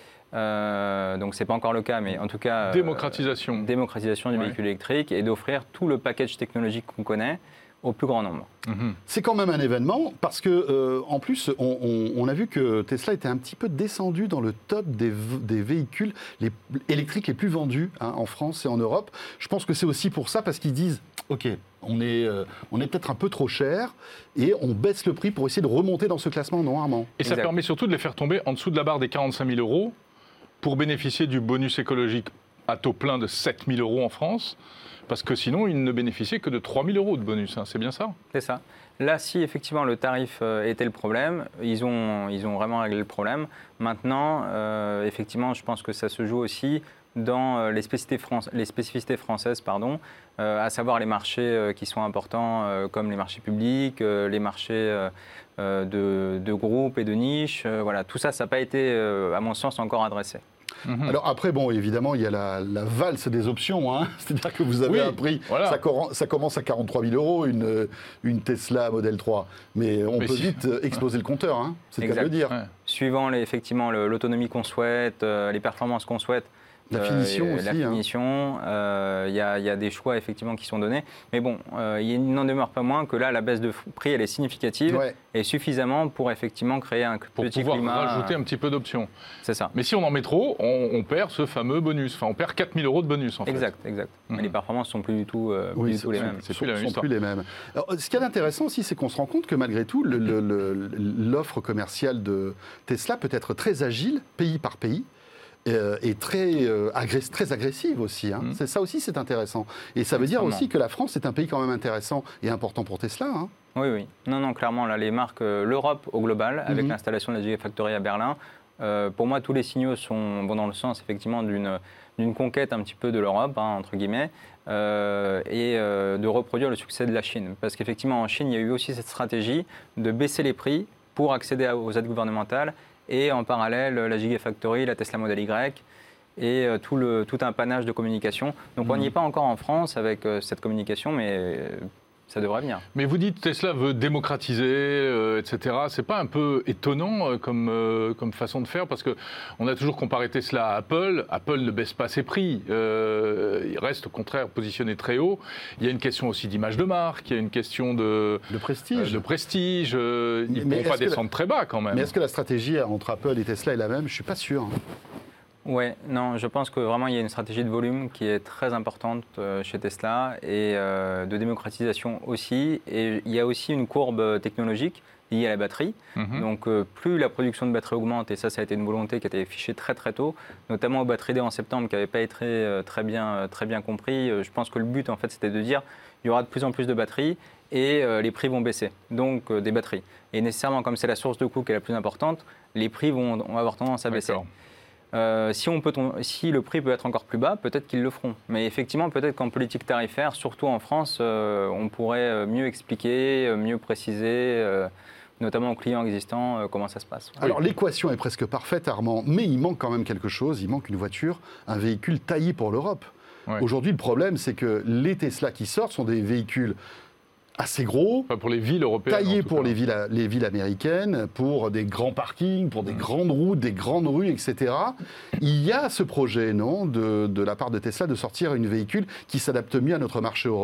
Speaker 5: Euh, donc ce n'est pas encore le cas, mais en tout cas...
Speaker 2: Démocratisation.
Speaker 5: Euh, démocratisation du
Speaker 2: Ouais.
Speaker 5: véhicule électrique et d'offrir tout le package technologique qu'on connaît au plus grand nombre.
Speaker 2: Mhm.
Speaker 1: C'est quand même un événement parce que, euh, en plus, on, on- on a vu que Tesla était un petit peu descendu dans le top des, v- des véhicules les, électriques les plus vendus, hein, en France et en Europe. Je pense que c'est aussi pour ça, parce qu'ils disent, OK, on est, euh, on est peut-être un peu trop cher et on baisse le prix pour essayer de remonter dans ce classement, non, Armand?
Speaker 2: Et ça
Speaker 5: Exact.
Speaker 2: permet surtout de les faire tomber en dessous de la barre des quarante-cinq mille euros pour bénéficier du bonus écologique à taux plein de sept mille euros en France, parce que sinon, ils ne bénéficiaient que de trois mille euros de bonus. Hein. C'est bien ça?
Speaker 5: C'est ça. Là, si effectivement le tarif euh, était le problème, ils ont, ils ont vraiment réglé le problème. Maintenant, euh, effectivement, je pense que ça se joue aussi dans euh, les spécificités, fran- les spécificités françaises, pardon, euh, à savoir les marchés euh, qui sont importants, euh, comme les marchés publics, euh, les marchés euh, euh, de, de groupes et de niches. Euh, voilà, tout ça, ça n'a pas été, euh, à mon sens, encore adressé.
Speaker 2: Mhm.
Speaker 1: Alors après, bon, évidemment, il y a la, la valse des options, hein. C'est-à-dire que vous avez
Speaker 2: Oui,
Speaker 1: un prix,
Speaker 2: voilà.
Speaker 1: ça, cor- ça commence à quarante-trois mille euros, une, une Tesla Model trois. Mais on
Speaker 2: Mais
Speaker 1: peut
Speaker 2: si-
Speaker 1: vite euh, exploser le compteur, hein. C'est le cas de le
Speaker 5: Exact.
Speaker 1: dire.
Speaker 2: Ouais.
Speaker 5: Suivant les- effectivement le- l'autonomie qu'on souhaite, euh, les performances qu'on souhaite,
Speaker 1: La
Speaker 5: euh,
Speaker 1: finition
Speaker 5: et
Speaker 1: aussi,
Speaker 5: la
Speaker 1: hein.
Speaker 5: finition, euh, il y, a- il y a des choix effectivement qui sont donnés. Mais bon, euh, il n'en demeure pas moins que là, la baisse de f- prix, elle est significative
Speaker 1: Ouais.
Speaker 5: et suffisamment pour effectivement créer un
Speaker 2: Pour
Speaker 5: petit
Speaker 2: pouvoir
Speaker 5: climat.
Speaker 2: rajouter un petit peu d'options.
Speaker 5: C'est ça.
Speaker 2: Mais si on en met trop, on, on perd ce fameux bonus. Enfin, on perd quatre mille euros de bonus, en fait.
Speaker 5: Exact, exact.
Speaker 2: Mhm.
Speaker 5: Mais les performances sont plus du tout, euh, plus
Speaker 1: Oui,
Speaker 5: du
Speaker 1: ce
Speaker 5: tout les
Speaker 1: sont-
Speaker 5: mêmes.
Speaker 2: C'est
Speaker 1: sont-
Speaker 2: plus la même
Speaker 1: sont
Speaker 2: histoire.
Speaker 1: plus les mêmes. Alors, ce qui est intéressant aussi, c'est qu'on se rend compte que malgré tout, le- le- le- l'offre commerciale de Tesla peut être très agile, pays par pays. euh, Et très, euh, agress- très agressive aussi. Hein.
Speaker 2: Mhm.
Speaker 1: C'est ça aussi, c'est intéressant. Et ça veut dire
Speaker 2: Extrêmement.
Speaker 1: aussi que la France est un pays quand même intéressant et important pour Tesla. Hein.
Speaker 5: Oui, oui. Non, non, clairement, là, les marques, euh, l'Europe au global, avec
Speaker 1: Mhm.
Speaker 5: l'installation de la Gigafactory à Berlin, euh, pour moi, tous les signaux sont, vont dans le sens, effectivement, d'une d'une conquête un petit peu de l'Europe, hein, entre guillemets, euh, et euh, de reproduire le succès de la Chine. Parce qu'effectivement, en Chine, il y a eu aussi cette stratégie de baisser les prix pour accéder à- aux aides gouvernementales, et en parallèle, la Gigafactory, la Tesla Model Y, et euh, tout, le, tout un panache de communication. Donc on n'y est pas encore en France avec euh, cette communication, mais euh, ça devrait venir.
Speaker 2: Mais vous dites Tesla veut démocratiser, euh, et cetera. C'est pas un peu étonnant euh, comme, euh, comme façon de faire? Parce qu'on a toujours comparé Tesla à Apple. Apple ne baisse pas ses prix. Euh, il reste au contraire positionné très haut. Il y a une question aussi d'image de marque. Il y a une question de,
Speaker 1: Le prestige.
Speaker 2: euh, de prestige. Euh,
Speaker 1: Mais-
Speaker 2: ils ne
Speaker 1: mais
Speaker 2: pourront pas
Speaker 1: est-ce que la-
Speaker 2: descendre très bas quand même.
Speaker 1: Mais est-ce que la stratégie entre Apple et Tesla est la même? Je ne suis pas sûr. hein.
Speaker 5: Ouais, non, je pense que vraiment il y a une stratégie de volume qui est très importante euh, chez Tesla et euh, de démocratisation aussi. Et il y a aussi une courbe technologique liée à la batterie.
Speaker 2: Mhm.
Speaker 5: Donc euh, plus la production de batteries augmente, et ça, ça a été une volonté qui a été affichée très très tôt, notamment aux batteries D en septembre, qui n'avait pas été euh, très bien, euh, très bien compris. Euh, je pense que le but, en fait, c'était de dire il y aura de plus en plus de batteries et euh, les prix vont baisser, donc euh, des batteries. Et nécessairement, comme c'est la source de coût qui est la plus importante, les prix vont, vont avoir tendance à baisser.
Speaker 2: D'accord.
Speaker 5: Euh, si, on peut tom- si le prix peut être encore plus bas, peut-être qu'ils le feront. Mais effectivement, peut-être qu'en politique tarifaire, surtout en France, euh, on pourrait euh, mieux expliquer, euh, mieux préciser, euh, notamment aux clients existants, euh, comment ça se passe.
Speaker 1: Alors l'équation est presque parfaite, Armand, mais il manque quand même quelque chose. Il manque une voiture, un véhicule taillé pour l'Europe.
Speaker 2: Ouais.
Speaker 1: Aujourd'hui, le problème, c'est que les Tesla qui sortent sont des véhicules assez gros,
Speaker 2: Enfin, pour les villes européennes. en
Speaker 1: taillés
Speaker 2: tout
Speaker 1: pour
Speaker 2: cas.
Speaker 1: les villes, les villes américaines, pour des grands parkings, pour des
Speaker 2: Mm.
Speaker 1: grandes routes, des grandes rues, et cetera. Il y a ce projet, non, de, de la part de Tesla de sortir une véhicule qui s'adapte mieux à notre marché européen.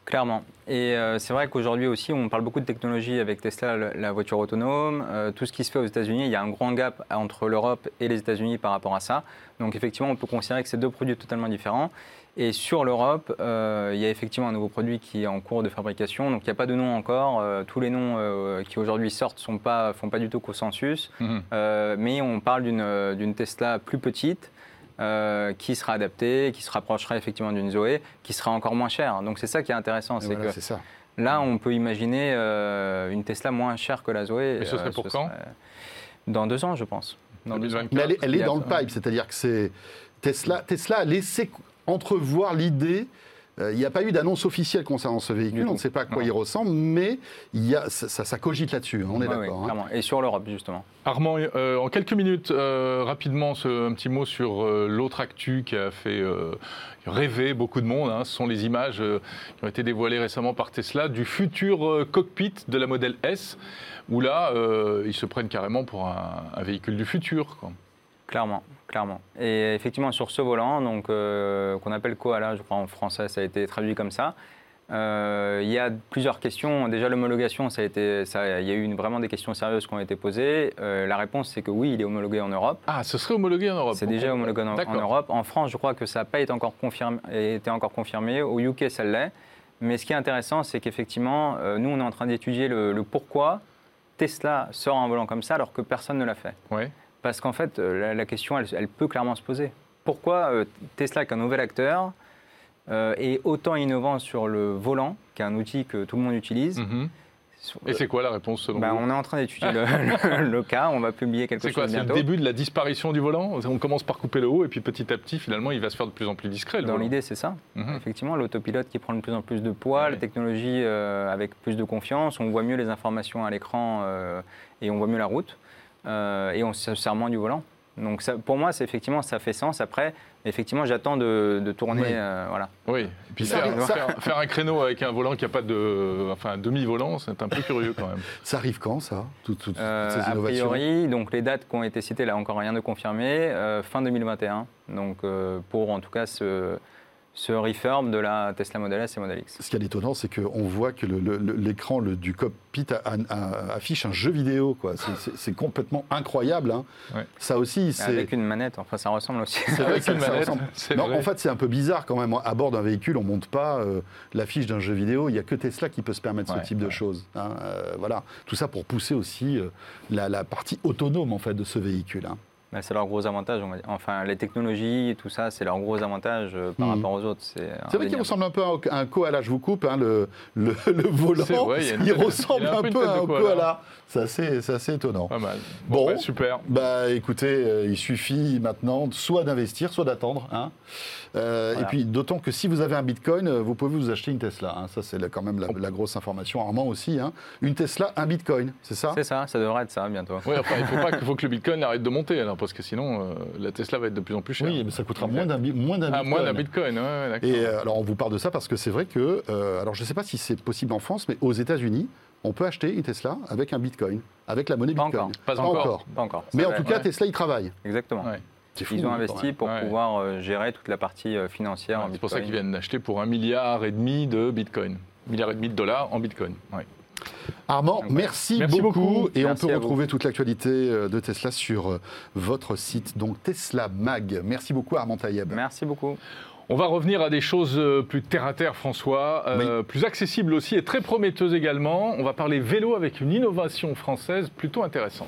Speaker 5: Clairement. Et euh, c'est vrai qu'aujourd'hui aussi, on parle beaucoup de technologie avec Tesla, le- la voiture autonome. Euh, tout ce qui se fait aux États-Unis, il y a un grand gap entre l'Europe et les États-Unis par rapport à ça. Donc effectivement, on peut considérer que c'est deux produits totalement différents. Et sur l'Europe, euh, il y a effectivement un nouveau produit qui est en cours de fabrication. Donc il n'y a pas de nom encore. Euh, tous les noms euh, qui aujourd'hui sortent ne pas, font pas du tout consensus.
Speaker 2: Mhm.
Speaker 5: Euh, mais on parle d'une d'une Tesla plus petite. Euh, qui sera adaptée, qui se rapprochera effectivement d'une Zoé, qui sera encore moins chère. Donc c'est ça qui est intéressant,
Speaker 1: Et
Speaker 5: c'est
Speaker 1: voilà,
Speaker 5: que
Speaker 1: c'est ça.
Speaker 5: là on peut imaginer euh, une Tesla moins chère que la Zoé.
Speaker 2: Et ce serait
Speaker 5: Euh,
Speaker 2: pour quand
Speaker 5: Dans deux ans, je pense. Dans deux ans.
Speaker 2: deux mille vingt-quatre.
Speaker 1: Mais elle est, elle est
Speaker 5: Il y a
Speaker 1: dans le
Speaker 5: ça.
Speaker 1: pipe, c'est-à-dire que c'est Tesla, Tesla a laissé entrevoir l'idée. Euh, Il n'y a pas eu d'annonce officielle concernant ce véhicule,
Speaker 5: Du
Speaker 1: on ne
Speaker 5: tout.
Speaker 1: sait pas à quoi
Speaker 5: Non.
Speaker 1: il ressemble, mais il y a, ça, ça, ça cogite là-dessus, hein, on est
Speaker 5: Ouais,
Speaker 1: d'accord.
Speaker 5: ouais,
Speaker 1: hein.
Speaker 5: clairement. Et sur l'Europe, justement.
Speaker 2: Armand, euh, en quelques minutes, euh, rapidement, ce, un petit mot sur euh, l'autre actu qui a fait euh, rêver beaucoup de monde. Hein. Ce sont les images euh, qui ont été dévoilées récemment par Tesla du futur euh, cockpit de la modèle S, où là, euh, ils se prennent carrément pour un, un véhicule du futur, quoi.
Speaker 5: Clairement, clairement. Et effectivement, sur ce volant, donc euh, qu'on appelle Koala, je crois en français, ça a été traduit comme ça. Euh, il y a plusieurs questions. Déjà, l'homologation, ça a été, ça, il y a eu une- vraiment des questions sérieuses qui ont été posées. Euh, la réponse, c'est que oui, il est homologué en Europe.
Speaker 2: Ah, ce serait homologué en Europe.
Speaker 5: C'est déjà homologué en, en
Speaker 2: D'accord.
Speaker 5: Europe. En France, je crois que ça n'a pas été encore confirmé, été encore confirmé. Au U K, ça l'est. Mais ce qui est intéressant, c'est qu'effectivement, euh, nous, on est en train d'étudier le, le pourquoi Tesla sort un volant comme ça alors que personne ne l'a fait.
Speaker 2: Ouais.
Speaker 5: Parce qu'en fait, euh, la, la question, elle, elle peut clairement se poser. Pourquoi euh, Tesla, qui est un nouvel acteur, euh, est autant innovant sur le volant, qui est un outil que tout le monde utilise
Speaker 2: Mhm.
Speaker 5: Sur-
Speaker 2: Et c'est quoi la réponse selon
Speaker 5: Ben,
Speaker 2: vous
Speaker 5: on est en train d'étudier le, le- le cas. On va publier quelque
Speaker 2: C'est
Speaker 5: chose
Speaker 2: quoi? C'est le
Speaker 5: bientôt.
Speaker 2: début de la disparition du volant? On commence par couper le haut et puis petit à petit, finalement, il va se faire de plus en plus discret. le
Speaker 5: Dans
Speaker 2: volant.
Speaker 5: l'idée, c'est ça.
Speaker 2: Mhm.
Speaker 5: Effectivement, l'autopilote qui prend de plus en plus de poids,
Speaker 2: Ouais.
Speaker 5: la technologie euh, avec plus de confiance, on voit mieux les informations à l'écran euh, et on voit mieux la route. Euh, et on se sert moins du volant. Donc ça, pour moi, c'est effectivement, ça fait sens. Après, effectivement, j'attends de, de tourner.
Speaker 1: Oui.
Speaker 5: euh, voilà.
Speaker 2: Oui, et puis
Speaker 1: Ça
Speaker 2: faire,
Speaker 1: arrive, ça-
Speaker 2: faire- faire un créneau avec un volant qui n'a pas de. Enfin, un demi-volant, c'est un peu curieux quand même.
Speaker 1: Ça arrive quand, ça, toutes, toutes- toutes
Speaker 5: Euh,
Speaker 1: ces
Speaker 5: a
Speaker 1: innovations?
Speaker 5: priori, donc les dates qui ont été citées, là encore rien de confirmé, euh, fin deux mille vingt et un. Donc euh, pour en tout cas ce, ce refurb de la Tesla Model S et Model X.
Speaker 1: Ce qui est étonnant, c'est qu'on voit que le- le- le- l'écran le- du cockpit a- a- a- affiche un jeu vidéo, quoi. C'est- C'est c'est complètement incroyable, hein.
Speaker 2: Ouais.
Speaker 1: Ça aussi, c'est...
Speaker 5: Avec une manette, enfin ça ressemble aussi.
Speaker 1: C'est vrai
Speaker 2: Avec
Speaker 1: que
Speaker 2: une
Speaker 1: ça
Speaker 2: manette,
Speaker 1: ressemble.
Speaker 2: c'est
Speaker 1: Non,
Speaker 2: vrai.
Speaker 1: en fait, c'est un peu bizarre quand même. À bord d'un véhicule, on monte pas euh, l'affiche d'un jeu vidéo. Il n'y a que Tesla qui peut se permettre
Speaker 2: Ouais,
Speaker 1: ce type de
Speaker 2: ouais.
Speaker 1: choses, hein. Euh, voilà, tout ça pour pousser aussi euh, la, la partie autonome en fait de ce véhicule, hein.
Speaker 5: Ben, c'est leur gros avantage, on va dire. Enfin, les technologies et tout ça, c'est leur gros avantage euh, par
Speaker 1: Mhm.
Speaker 5: rapport aux autres. C'est
Speaker 1: C'est vrai qu'il
Speaker 5: indéniable.
Speaker 1: ressemble un peu à un koala. Je vous coupe, hein, le, le, le volant.
Speaker 2: C'est vrai, il y a une
Speaker 1: il
Speaker 2: tête-
Speaker 1: ressemble
Speaker 2: il a un
Speaker 1: un
Speaker 2: peu une
Speaker 1: peu
Speaker 2: tête
Speaker 1: à
Speaker 2: de
Speaker 1: un
Speaker 2: koala.
Speaker 1: koala. C'est assez, c'est assez étonnant.
Speaker 2: Pas mal.
Speaker 1: Bon.
Speaker 2: Bon, bah, super.
Speaker 1: Bah écoutez, euh, il suffit maintenant soit d'investir, soit d'attendre, hein. Euh,
Speaker 5: Voilà.
Speaker 1: Et puis d'autant que si vous avez un Bitcoin, euh, vous pouvez vous acheter une Tesla, hein. Ça c'est la- quand même la, la grosse information. Armand aussi, hein. Une Tesla, un Bitcoin, c'est ça?
Speaker 5: C'est ça, ça devrait être ça bientôt.
Speaker 2: Oui, enfin, il faut pas qu'il faut que le Bitcoin arrête de monter, alors, parce que sinon, euh, la Tesla va être de plus en plus chère.
Speaker 1: Oui, mais ça coûtera moins d'un bi- moins d'un
Speaker 2: Ah,
Speaker 1: Bitcoin.
Speaker 2: moins d'un Bitcoin, ouais, ouais, d'accord.
Speaker 1: Et euh, alors on vous parle de ça parce que c'est vrai que, euh, alors je ne sais pas si c'est possible en France, mais aux États-Unis, on peut acheter une Tesla avec un Bitcoin, avec la monnaie
Speaker 5: Pas
Speaker 1: Bitcoin.
Speaker 5: encore.
Speaker 2: Pas encore.
Speaker 5: Pas encore.
Speaker 1: Mais
Speaker 5: Ça
Speaker 1: en
Speaker 5: va
Speaker 1: tout
Speaker 5: être-
Speaker 1: cas,
Speaker 2: ouais.
Speaker 1: Tesla, il travaille.
Speaker 5: Exactement.
Speaker 2: Ouais.
Speaker 1: C'est fou,
Speaker 5: Ils ont
Speaker 1: quand
Speaker 5: investi
Speaker 1: même.
Speaker 5: pour
Speaker 2: Ouais.
Speaker 5: pouvoir euh, gérer toute la partie euh, financière en
Speaker 2: Ouais, c'est pour ça
Speaker 5: Bitcoin.
Speaker 2: qu'ils viennent d'acheter pour un milliard et demi de Bitcoin. Un milliard et demi de dollars en Bitcoin. Ouais.
Speaker 1: Armand,
Speaker 5: Ouais.
Speaker 1: merci,
Speaker 2: Merci
Speaker 1: beaucoup.
Speaker 2: beaucoup.
Speaker 1: Et
Speaker 5: Merci
Speaker 1: on peut
Speaker 5: à vous.
Speaker 1: retrouver toute l'actualité euh, de Tesla sur euh, votre site, donc Tesla Mag. Merci beaucoup, Armand Taïeb.
Speaker 5: Merci beaucoup.
Speaker 2: On va revenir à des choses euh, plus terre-à-terre, François, euh, plus accessibles aussi et très prometteuses également. On va parler vélo avec une innovation française plutôt intéressante.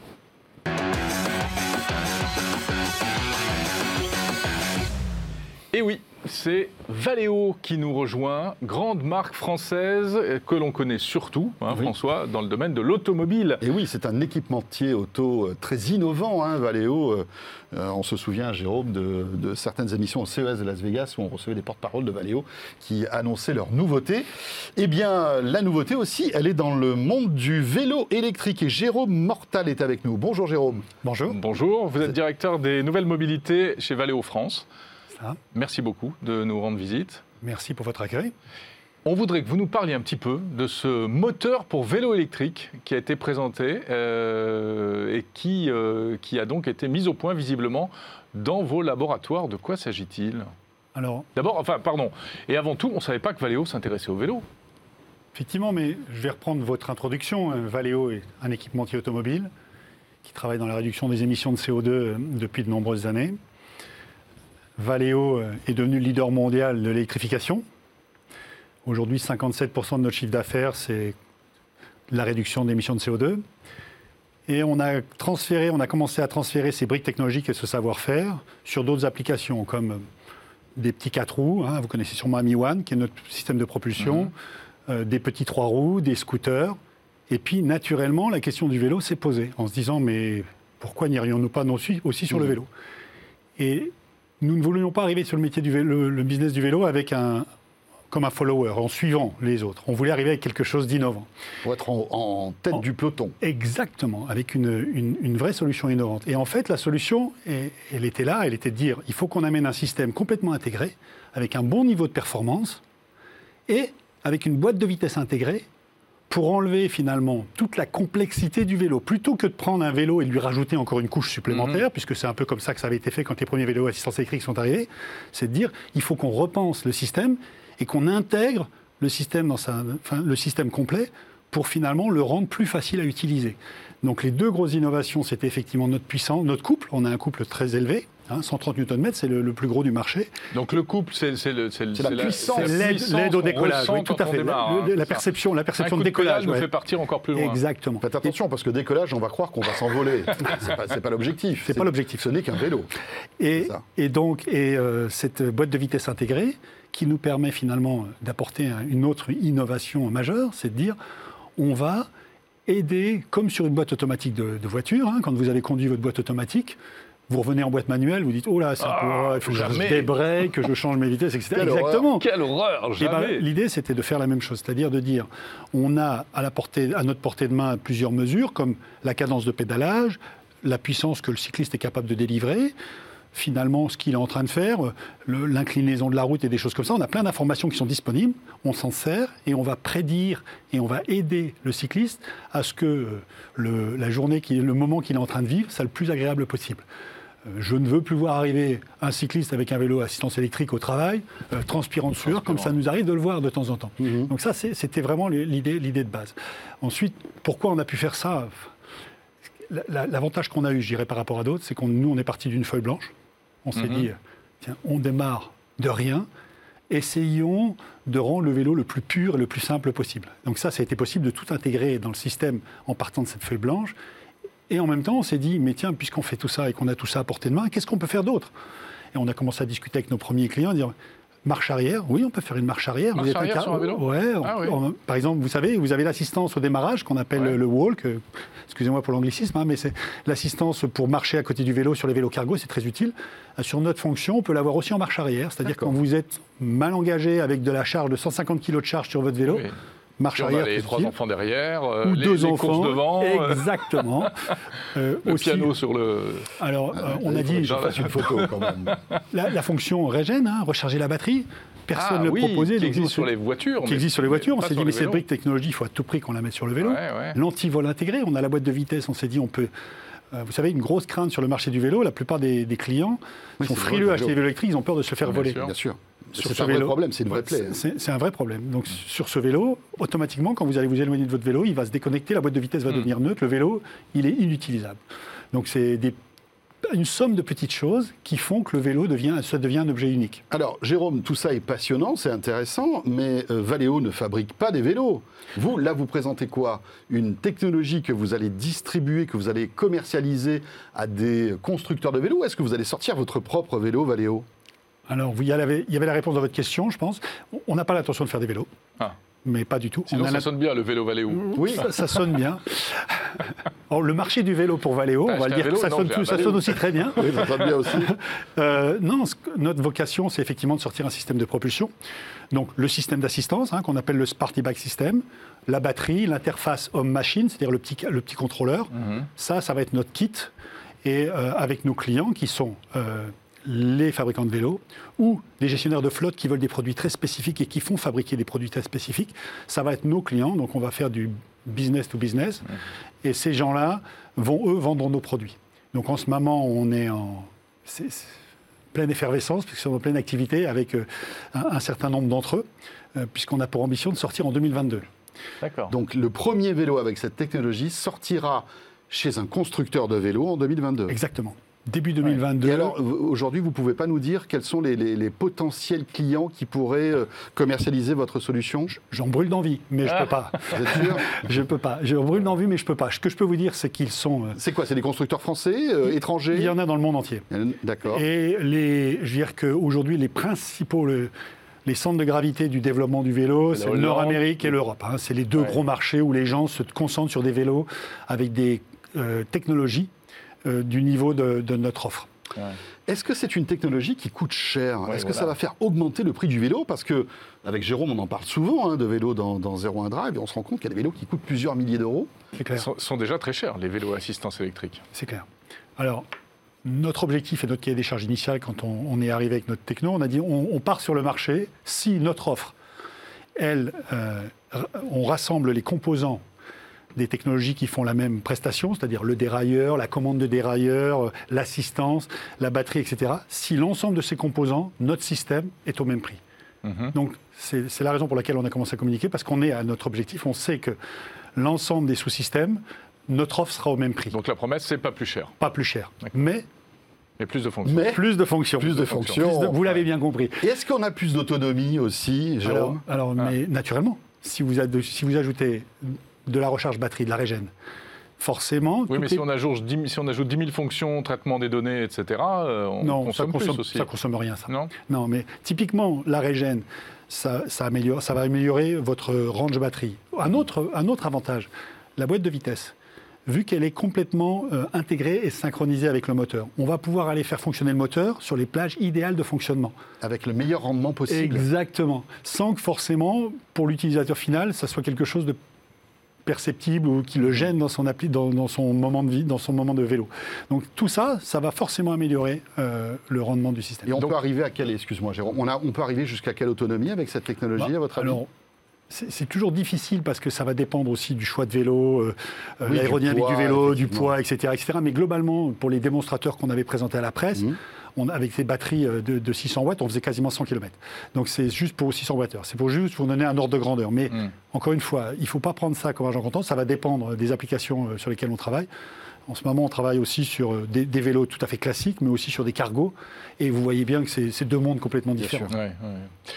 Speaker 2: Et oui, c'est Valeo qui nous rejoint, grande marque française euh, que l'on connaît surtout, hein,
Speaker 1: Oui.
Speaker 2: François, dans le domaine de l'automobile.
Speaker 1: Et oui, c'est un équipementier auto euh, très innovant, hein, Valeo. Euh, euh, on se souvient, Jérôme, de, de certaines émissions au C E S de Las Vegas où on recevait des porte-paroles de Valeo qui annonçaient leurs nouveautés. Eh bien, la nouveauté aussi, elle est dans le monde du vélo électrique. Et Jérôme Mortal est avec nous. Bonjour Jérôme.
Speaker 6: Bonjour.
Speaker 2: Bonjour, vous êtes directeur des nouvelles mobilités chez Valeo France.
Speaker 6: Ça.
Speaker 2: Merci beaucoup de nous rendre visite.
Speaker 6: Merci pour votre accueil.
Speaker 2: On voudrait que vous nous parliez un petit peu de ce moteur pour vélo électrique qui a été présenté euh, et qui, euh, qui a donc été mis au point visiblement dans vos laboratoires. De quoi s'agit-il ?
Speaker 6: Alors,
Speaker 2: D'abord, enfin, pardon, et avant tout, on ne savait pas que Valeo s'intéressait au vélo.
Speaker 6: effectivement, mais je vais reprendre votre introduction. Valeo est un équipementier automobile qui travaille dans la réduction des émissions de C O deux depuis de nombreuses années. Valeo est devenu le leader mondial de l'électrification. Aujourd'hui, cinquante-sept pour cent de notre chiffre d'affaires, c'est la réduction d'émissions de C O deux. Et on a transféré, on a commencé à transférer ces briques technologiques et ce savoir-faire sur d'autres applications, comme des petits quatre roues. Hein, vous connaissez sûrement Ami One, qui est notre système de propulsion, mmh. euh, des petits trois roues, des scooters. Et puis, naturellement, la question du vélo s'est posée, en se disant, mais pourquoi n'irions-nous pas aussi, aussi sur mmh. le vélo? Et nous ne voulions pas arriver sur le métier du vélo, le business du vélo avec un, comme un follower, en suivant les autres. On voulait arriver avec quelque chose d'innovant.
Speaker 1: Pour être en, en tête en, du peloton.
Speaker 6: Exactement, avec une, une, une vraie solution innovante. Et en fait, la solution, elle était là, elle était de dire, il faut qu'on amène un système complètement intégré, avec un bon niveau de performance, et avec une boîte de vitesse intégrée, pour enlever finalement toute la complexité du vélo. Plutôt que de prendre un vélo et de lui rajouter encore une couche supplémentaire, mmh. puisque c'est un peu comme ça que ça avait été fait quand les premiers vélos à assistance électrique sont arrivés, c'est de dire, il faut qu'on repense le système, et qu'on intègre le système, dans sa, enfin, le système complet pour finalement le rendre plus facile à utiliser. Donc les deux grosses innovations, c'était effectivement notre puissance, notre couple. On a un couple très élevé, hein, cent trente newtons mètres, c'est le, le plus gros du marché.
Speaker 2: Donc le couple, c'est, c'est, le, c'est,
Speaker 1: c'est la, la puissance.
Speaker 6: C'est l'aide, l'aide au décollage, oui, tout à fait.
Speaker 2: Démarre,
Speaker 6: le, la perception, la perception de décollage.
Speaker 2: Un coup de pédale nous
Speaker 6: ouais.
Speaker 2: fait partir encore plus loin.
Speaker 6: Exactement.
Speaker 1: Faites attention, parce que décollage, on va croire qu'on va s'envoler. c'est pas, c'est pas l'objectif.
Speaker 6: C'est, c'est pas l'objectif.
Speaker 1: Ce n'est qu'un vélo.
Speaker 6: Et, et donc, et, euh, cette boîte de vitesse intégrée, qui nous permet finalement d'apporter une autre innovation majeure, c'est de dire, on va aider, comme sur une boîte automatique de, de voiture, hein, quand vous avez conduit votre boîte automatique, vous revenez en boîte manuelle, vous dites, oh là, ça ah, il faut que je débraye, que je change mes vitesses, et cetera.
Speaker 2: Quelle
Speaker 6: Exactement.
Speaker 2: Horreur. Quelle horreur, jamais.
Speaker 6: Et ben, l'idée, c'était de faire la même chose, c'est-à-dire de dire, on a à, la portée, à notre portée de main plusieurs mesures, comme la cadence de pédalage, la puissance que le cycliste est capable de délivrer, finalement, ce qu'il est en train de faire, le, l'inclinaison de la route et des choses comme ça. On a plein d'informations qui sont disponibles, on s'en sert et on va prédire et on va aider le cycliste à ce que le, la journée, qui, le moment qu'il est en train de vivre, soit le plus agréable possible. Je ne veux plus voir arriver un cycliste avec un vélo à assistance électrique au travail, euh, transpirant de sueur, comme ça nous arrive de le voir de temps en temps. Mmh. Donc ça, c'est, c'était vraiment l'idée, l'idée de base. Ensuite, pourquoi on a pu faire ça ? L'avantage qu'on a eu, je dirais, par rapport à d'autres, c'est qu'on nous, on est parti d'une feuille blanche. On s'est mmh. dit, tiens, on démarre de rien, essayons de rendre le vélo le plus pur et le plus simple possible. Donc ça, ça a été possible de tout intégrer dans le système en partant de cette feuille blanche. Et en même temps, on s'est dit, mais tiens, puisqu'on fait tout ça et qu'on a tout ça à portée de main, qu'est-ce qu'on peut faire d'autre ? Et on a commencé à discuter avec nos premiers clients, dire, marche arrière, oui, on peut faire une marche arrière.
Speaker 2: Marche
Speaker 6: vous êtes
Speaker 2: arrière
Speaker 6: un
Speaker 2: sur un vélo ?
Speaker 6: Ouais,
Speaker 2: ah,
Speaker 6: on,
Speaker 2: oui.
Speaker 6: on, par exemple, vous savez, vous avez l'assistance au démarrage qu'on appelle ouais. le walk. Euh, excusez-moi pour l'anglicisme, hein, mais c'est l'assistance pour marcher à côté du vélo sur les vélos cargo, c'est très utile. Euh, sur notre fonction, on peut l'avoir aussi en marche arrière, c'est-à-dire D'accord. quand vous êtes mal engagé avec de la charge de cent cinquante kilos de charge sur votre vélo, oui. marche
Speaker 2: on
Speaker 6: arrière.
Speaker 2: Les trois utile. Enfants derrière, euh,
Speaker 6: ou
Speaker 2: les,
Speaker 6: deux
Speaker 2: les
Speaker 6: enfants,
Speaker 2: courses devant.
Speaker 6: Exactement.
Speaker 2: euh, le aussi, piano sur le.
Speaker 6: Alors, euh, on a dit.
Speaker 1: Je fasse une photo quand même.
Speaker 6: La, la fonction régène, hein, recharger la batterie. Personne ne
Speaker 2: ah,
Speaker 6: le
Speaker 2: oui,
Speaker 6: proposait.
Speaker 2: Qui existe sur les voitures.
Speaker 6: Qui existe sur les voitures. On s'est dit, mais cette brique technologie, il faut à tout prix qu'on la mette sur le vélo.
Speaker 2: Ouais, ouais.
Speaker 6: L'antivol intégré, on a la boîte de vitesse, on s'est dit, on peut. Euh, vous savez, une grosse crainte sur le marché du vélo, la plupart des, des clients oui, sont frileux à acheter des vélos électriques, ils ont peur de se faire
Speaker 1: oui,
Speaker 6: voler.
Speaker 1: Bien sûr. Bien sûr.
Speaker 6: Sur
Speaker 1: c'est
Speaker 6: ce
Speaker 1: un
Speaker 6: vélo,
Speaker 1: vrai problème, c'est une vraie plaie.
Speaker 6: C'est, c'est un vrai problème. Donc, mmh. sur ce vélo, automatiquement, quand vous allez vous éloigner de votre vélo, il va se déconnecter, la boîte de vitesse va mmh. devenir neutre, le vélo, il est inutilisable. Donc, c'est des une somme de petites choses qui font que le vélo devient, ça devient un objet unique.
Speaker 1: Alors, Jérôme, tout ça est passionnant, c'est intéressant, mais euh, Valeo ne fabrique pas des vélos. Vous, là, vous présentez quoi ? Une technologie que vous allez distribuer, que vous allez commercialiser à des constructeurs de vélos, ou est-ce que vous allez sortir votre propre vélo Valeo ?
Speaker 6: Alors, il y avait, il y avait la réponse à votre question, je pense. On n'a pas l'intention de faire des vélos.
Speaker 2: Ah.
Speaker 6: Mais pas du tout.
Speaker 2: Sinon,
Speaker 6: on a
Speaker 2: ça
Speaker 6: la...
Speaker 2: sonne bien, le vélo Valeo.
Speaker 6: Oui, ça, ça sonne bien. Alors, le marché du vélo pour Valeo, on va le dire
Speaker 2: vélo,
Speaker 6: que ça,
Speaker 2: non,
Speaker 6: sonne, tout, ça sonne aussi très bien.
Speaker 1: Oui, ça sonne bien aussi.
Speaker 6: euh, non, notre vocation, c'est effectivement de sortir un système de propulsion. Donc, le système d'assistance, hein, qu'on appelle le Sparty Bike System, la batterie, l'interface homme-machine, c'est-à-dire le petit, le petit contrôleur. Mm-hmm. Ça, ça va être notre kit. Et euh, avec nos clients qui sont... Euh, les fabricants de vélos ou des gestionnaires de flotte qui veulent des produits très spécifiques et qui font fabriquer des produits très spécifiques. Ça va être nos clients, donc on va faire du business to business. Mmh. Et ces gens-là vont, eux, vendre nos produits. Donc en ce moment, on est en... C'est, c'est, pleine effervescence, puisqu'ils sont en pleine activité avec euh, un, un certain nombre d'entre eux, euh, puisqu'on a pour ambition de sortir en deux mille vingt-deux.
Speaker 2: D'accord.
Speaker 1: Donc le premier vélo avec cette technologie sortira chez un constructeur de vélos en deux mille vingt-deux.
Speaker 6: Exactement. Début deux mille vingt-deux.
Speaker 1: Et alors, aujourd'hui, vous ne pouvez pas nous dire quels sont les, les, les potentiels clients qui pourraient euh, commercialiser votre solution?
Speaker 6: J'en brûle d'envie, mais je ne
Speaker 2: Ah.
Speaker 6: peux pas.
Speaker 1: Vous êtes sûr?
Speaker 6: Je ne peux pas. J'en brûle d'envie, mais je ne peux pas. Ce que je peux vous dire, c'est qu'ils sont... euh,
Speaker 1: C'est quoi? C'est des constructeurs français, euh, étrangers?
Speaker 6: il y en a dans le monde entier.
Speaker 1: D'accord.
Speaker 6: Et les, je veux dire qu'aujourd'hui, les principaux... Le, les centres de gravité du développement du vélo, c'est le Nord-Amérique et l'Europe. Hein. C'est les deux
Speaker 2: Ouais.
Speaker 6: gros marchés où les gens se concentrent sur des vélos avec des euh, technologies euh, du niveau de, de notre offre.
Speaker 2: Ouais.
Speaker 1: Est-ce que c'est une technologie qui coûte cher?
Speaker 2: Ouais,
Speaker 1: Est-ce que
Speaker 2: voilà.
Speaker 1: ça va faire augmenter le prix du vélo? Parce que avec Jérôme, on en parle souvent hein, de vélos dans, dans zéro un Drive, et on se rend compte qu'il y a des vélos qui coûtent plusieurs milliers d'euros.
Speaker 6: C'est
Speaker 2: Ils
Speaker 6: clair.
Speaker 2: sont, sont déjà très chers, les vélos à assistance électrique.
Speaker 6: C'est clair. Alors, notre objectif et notre cahier des charges initial, quand on, on est arrivé avec notre techno, on a dit on, on part sur le marché si notre offre, elle, euh, on rassemble les composants des technologies qui font la même prestation, c'est-à-dire le dérailleur, la commande de dérailleur, l'assistance, la batterie, et cetera. Si l'ensemble de ces composants, notre système est au même prix.
Speaker 2: Mhm.
Speaker 6: Donc, c'est c'est la raison pour laquelle on a commencé à communiquer, parce qu'on est à notre objectif. On sait que l'ensemble des sous-systèmes, notre offre sera au même prix.
Speaker 2: Donc la promesse, c'est pas plus cher,
Speaker 6: Pas plus cher,
Speaker 2: D'accord.
Speaker 6: mais
Speaker 2: mais plus de fonctions.
Speaker 1: Mais
Speaker 6: plus de fonctions.
Speaker 1: plus de fonctions.
Speaker 6: Plus de- vous l'avez bien compris.
Speaker 1: Et est-ce qu'on a plus d'autonomie aussi,
Speaker 6: Alors,
Speaker 1: Jérôme?
Speaker 6: alors, mais naturellement, si vous, ad- si vous ajoutez de la recharge batterie, de la régène, forcément...
Speaker 2: Oui,
Speaker 6: toutes
Speaker 2: mais
Speaker 6: les-
Speaker 2: si on, ajoute dix, si on ajoute dix mille fonctions, traitement des données, et cetera, euh, on
Speaker 6: non, ça
Speaker 2: consomme
Speaker 6: consomme,
Speaker 2: plus aussi.
Speaker 6: ça consomme rien, ça.
Speaker 2: Non
Speaker 6: Non, mais typiquement, la régène, ça, ça, améliore, ça va améliorer votre range batterie. Un autre, un autre avantage, la boîte de vitesse. Vu qu'elle est complètement euh, intégrée et synchronisée avec le moteur, on va pouvoir aller faire fonctionner le moteur sur les plages idéales de fonctionnement.
Speaker 1: Avec le meilleur rendement possible.
Speaker 6: Exactement. Sans que forcément, pour l'utilisateur final, ça soit quelque chose de perceptible ou qui le gêne dans son, appli, dans, dans son moment de vie, dans son moment de vélo. Donc tout ça, ça va forcément améliorer euh, le rendement du système.
Speaker 1: Et on
Speaker 2: Donc-
Speaker 1: peut arriver à quelle, excuse-moi Jérôme, on, a, on peut arriver jusqu'à quelle autonomie avec cette technologie,
Speaker 6: Bah,
Speaker 1: à votre avis?
Speaker 6: alors, c'est c'est toujours difficile parce que ça va dépendre aussi du choix de vélo, euh, euh,
Speaker 1: Oui,
Speaker 6: l'aérodynamique
Speaker 1: du
Speaker 6: du,
Speaker 1: poids,
Speaker 6: vélo, du
Speaker 1: effectivement.
Speaker 6: poids, et cetera, et cetera. Mais globalement, pour les démonstrateurs qu'on avait présentés à la presse,
Speaker 1: Mhm.
Speaker 6: on, avec ces batteries euh, de, de six cents watts, on faisait quasiment cent kilomètres. Donc c'est juste pour six cents watts. C'est pour juste vous donner un ordre de grandeur. Mais
Speaker 2: Mm.
Speaker 6: encore une fois, il ne faut pas prendre ça comme argent comptant. Ça va dépendre des applications euh, sur lesquelles on travaille. En ce moment, on travaille aussi sur euh, des, des vélos tout à fait classiques, mais aussi sur des cargos. Et vous voyez bien que c'est c'est deux mondes complètement différents.
Speaker 2: Ouais, ouais.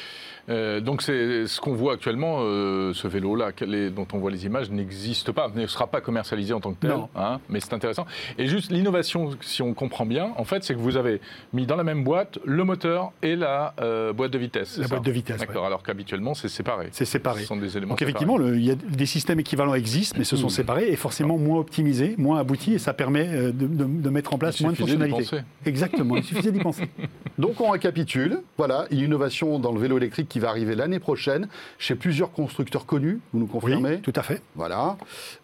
Speaker 2: Euh, donc c'est ce qu'on voit actuellement, euh, ce vélo-là, les- dont on voit les images, n'existe pas, ne sera pas commercialisé en tant que tel,
Speaker 6: Non.
Speaker 2: hein, mais c'est intéressant. Et juste l'innovation, si on comprend bien, en fait, c'est que vous avez mis dans la même boîte le moteur et la euh, boîte de vitesse. c'est
Speaker 6: La
Speaker 2: ça
Speaker 6: boîte de vitesse,
Speaker 2: D'accord, alors qu'habituellement c'est séparé.
Speaker 6: C'est séparé.
Speaker 2: Ce sont des éléments
Speaker 6: Donc
Speaker 2: séparés.
Speaker 6: effectivement, le- il y a des systèmes équivalents existent, mais se sont séparés et forcément moins optimisés, moins aboutis, et ça permet euh, de, de- de mettre en place
Speaker 2: Il
Speaker 6: moins de
Speaker 2: suffisait d'y
Speaker 6: fonctionnalités.
Speaker 2: penser.
Speaker 6: Exactement, il suffisait d'y penser.
Speaker 1: Donc on récapitule, voilà, une innovation dans le vélo électrique qui va arriver l'année prochaine chez plusieurs constructeurs connus, vous nous confirmez?
Speaker 6: Oui, tout à fait.
Speaker 1: Voilà.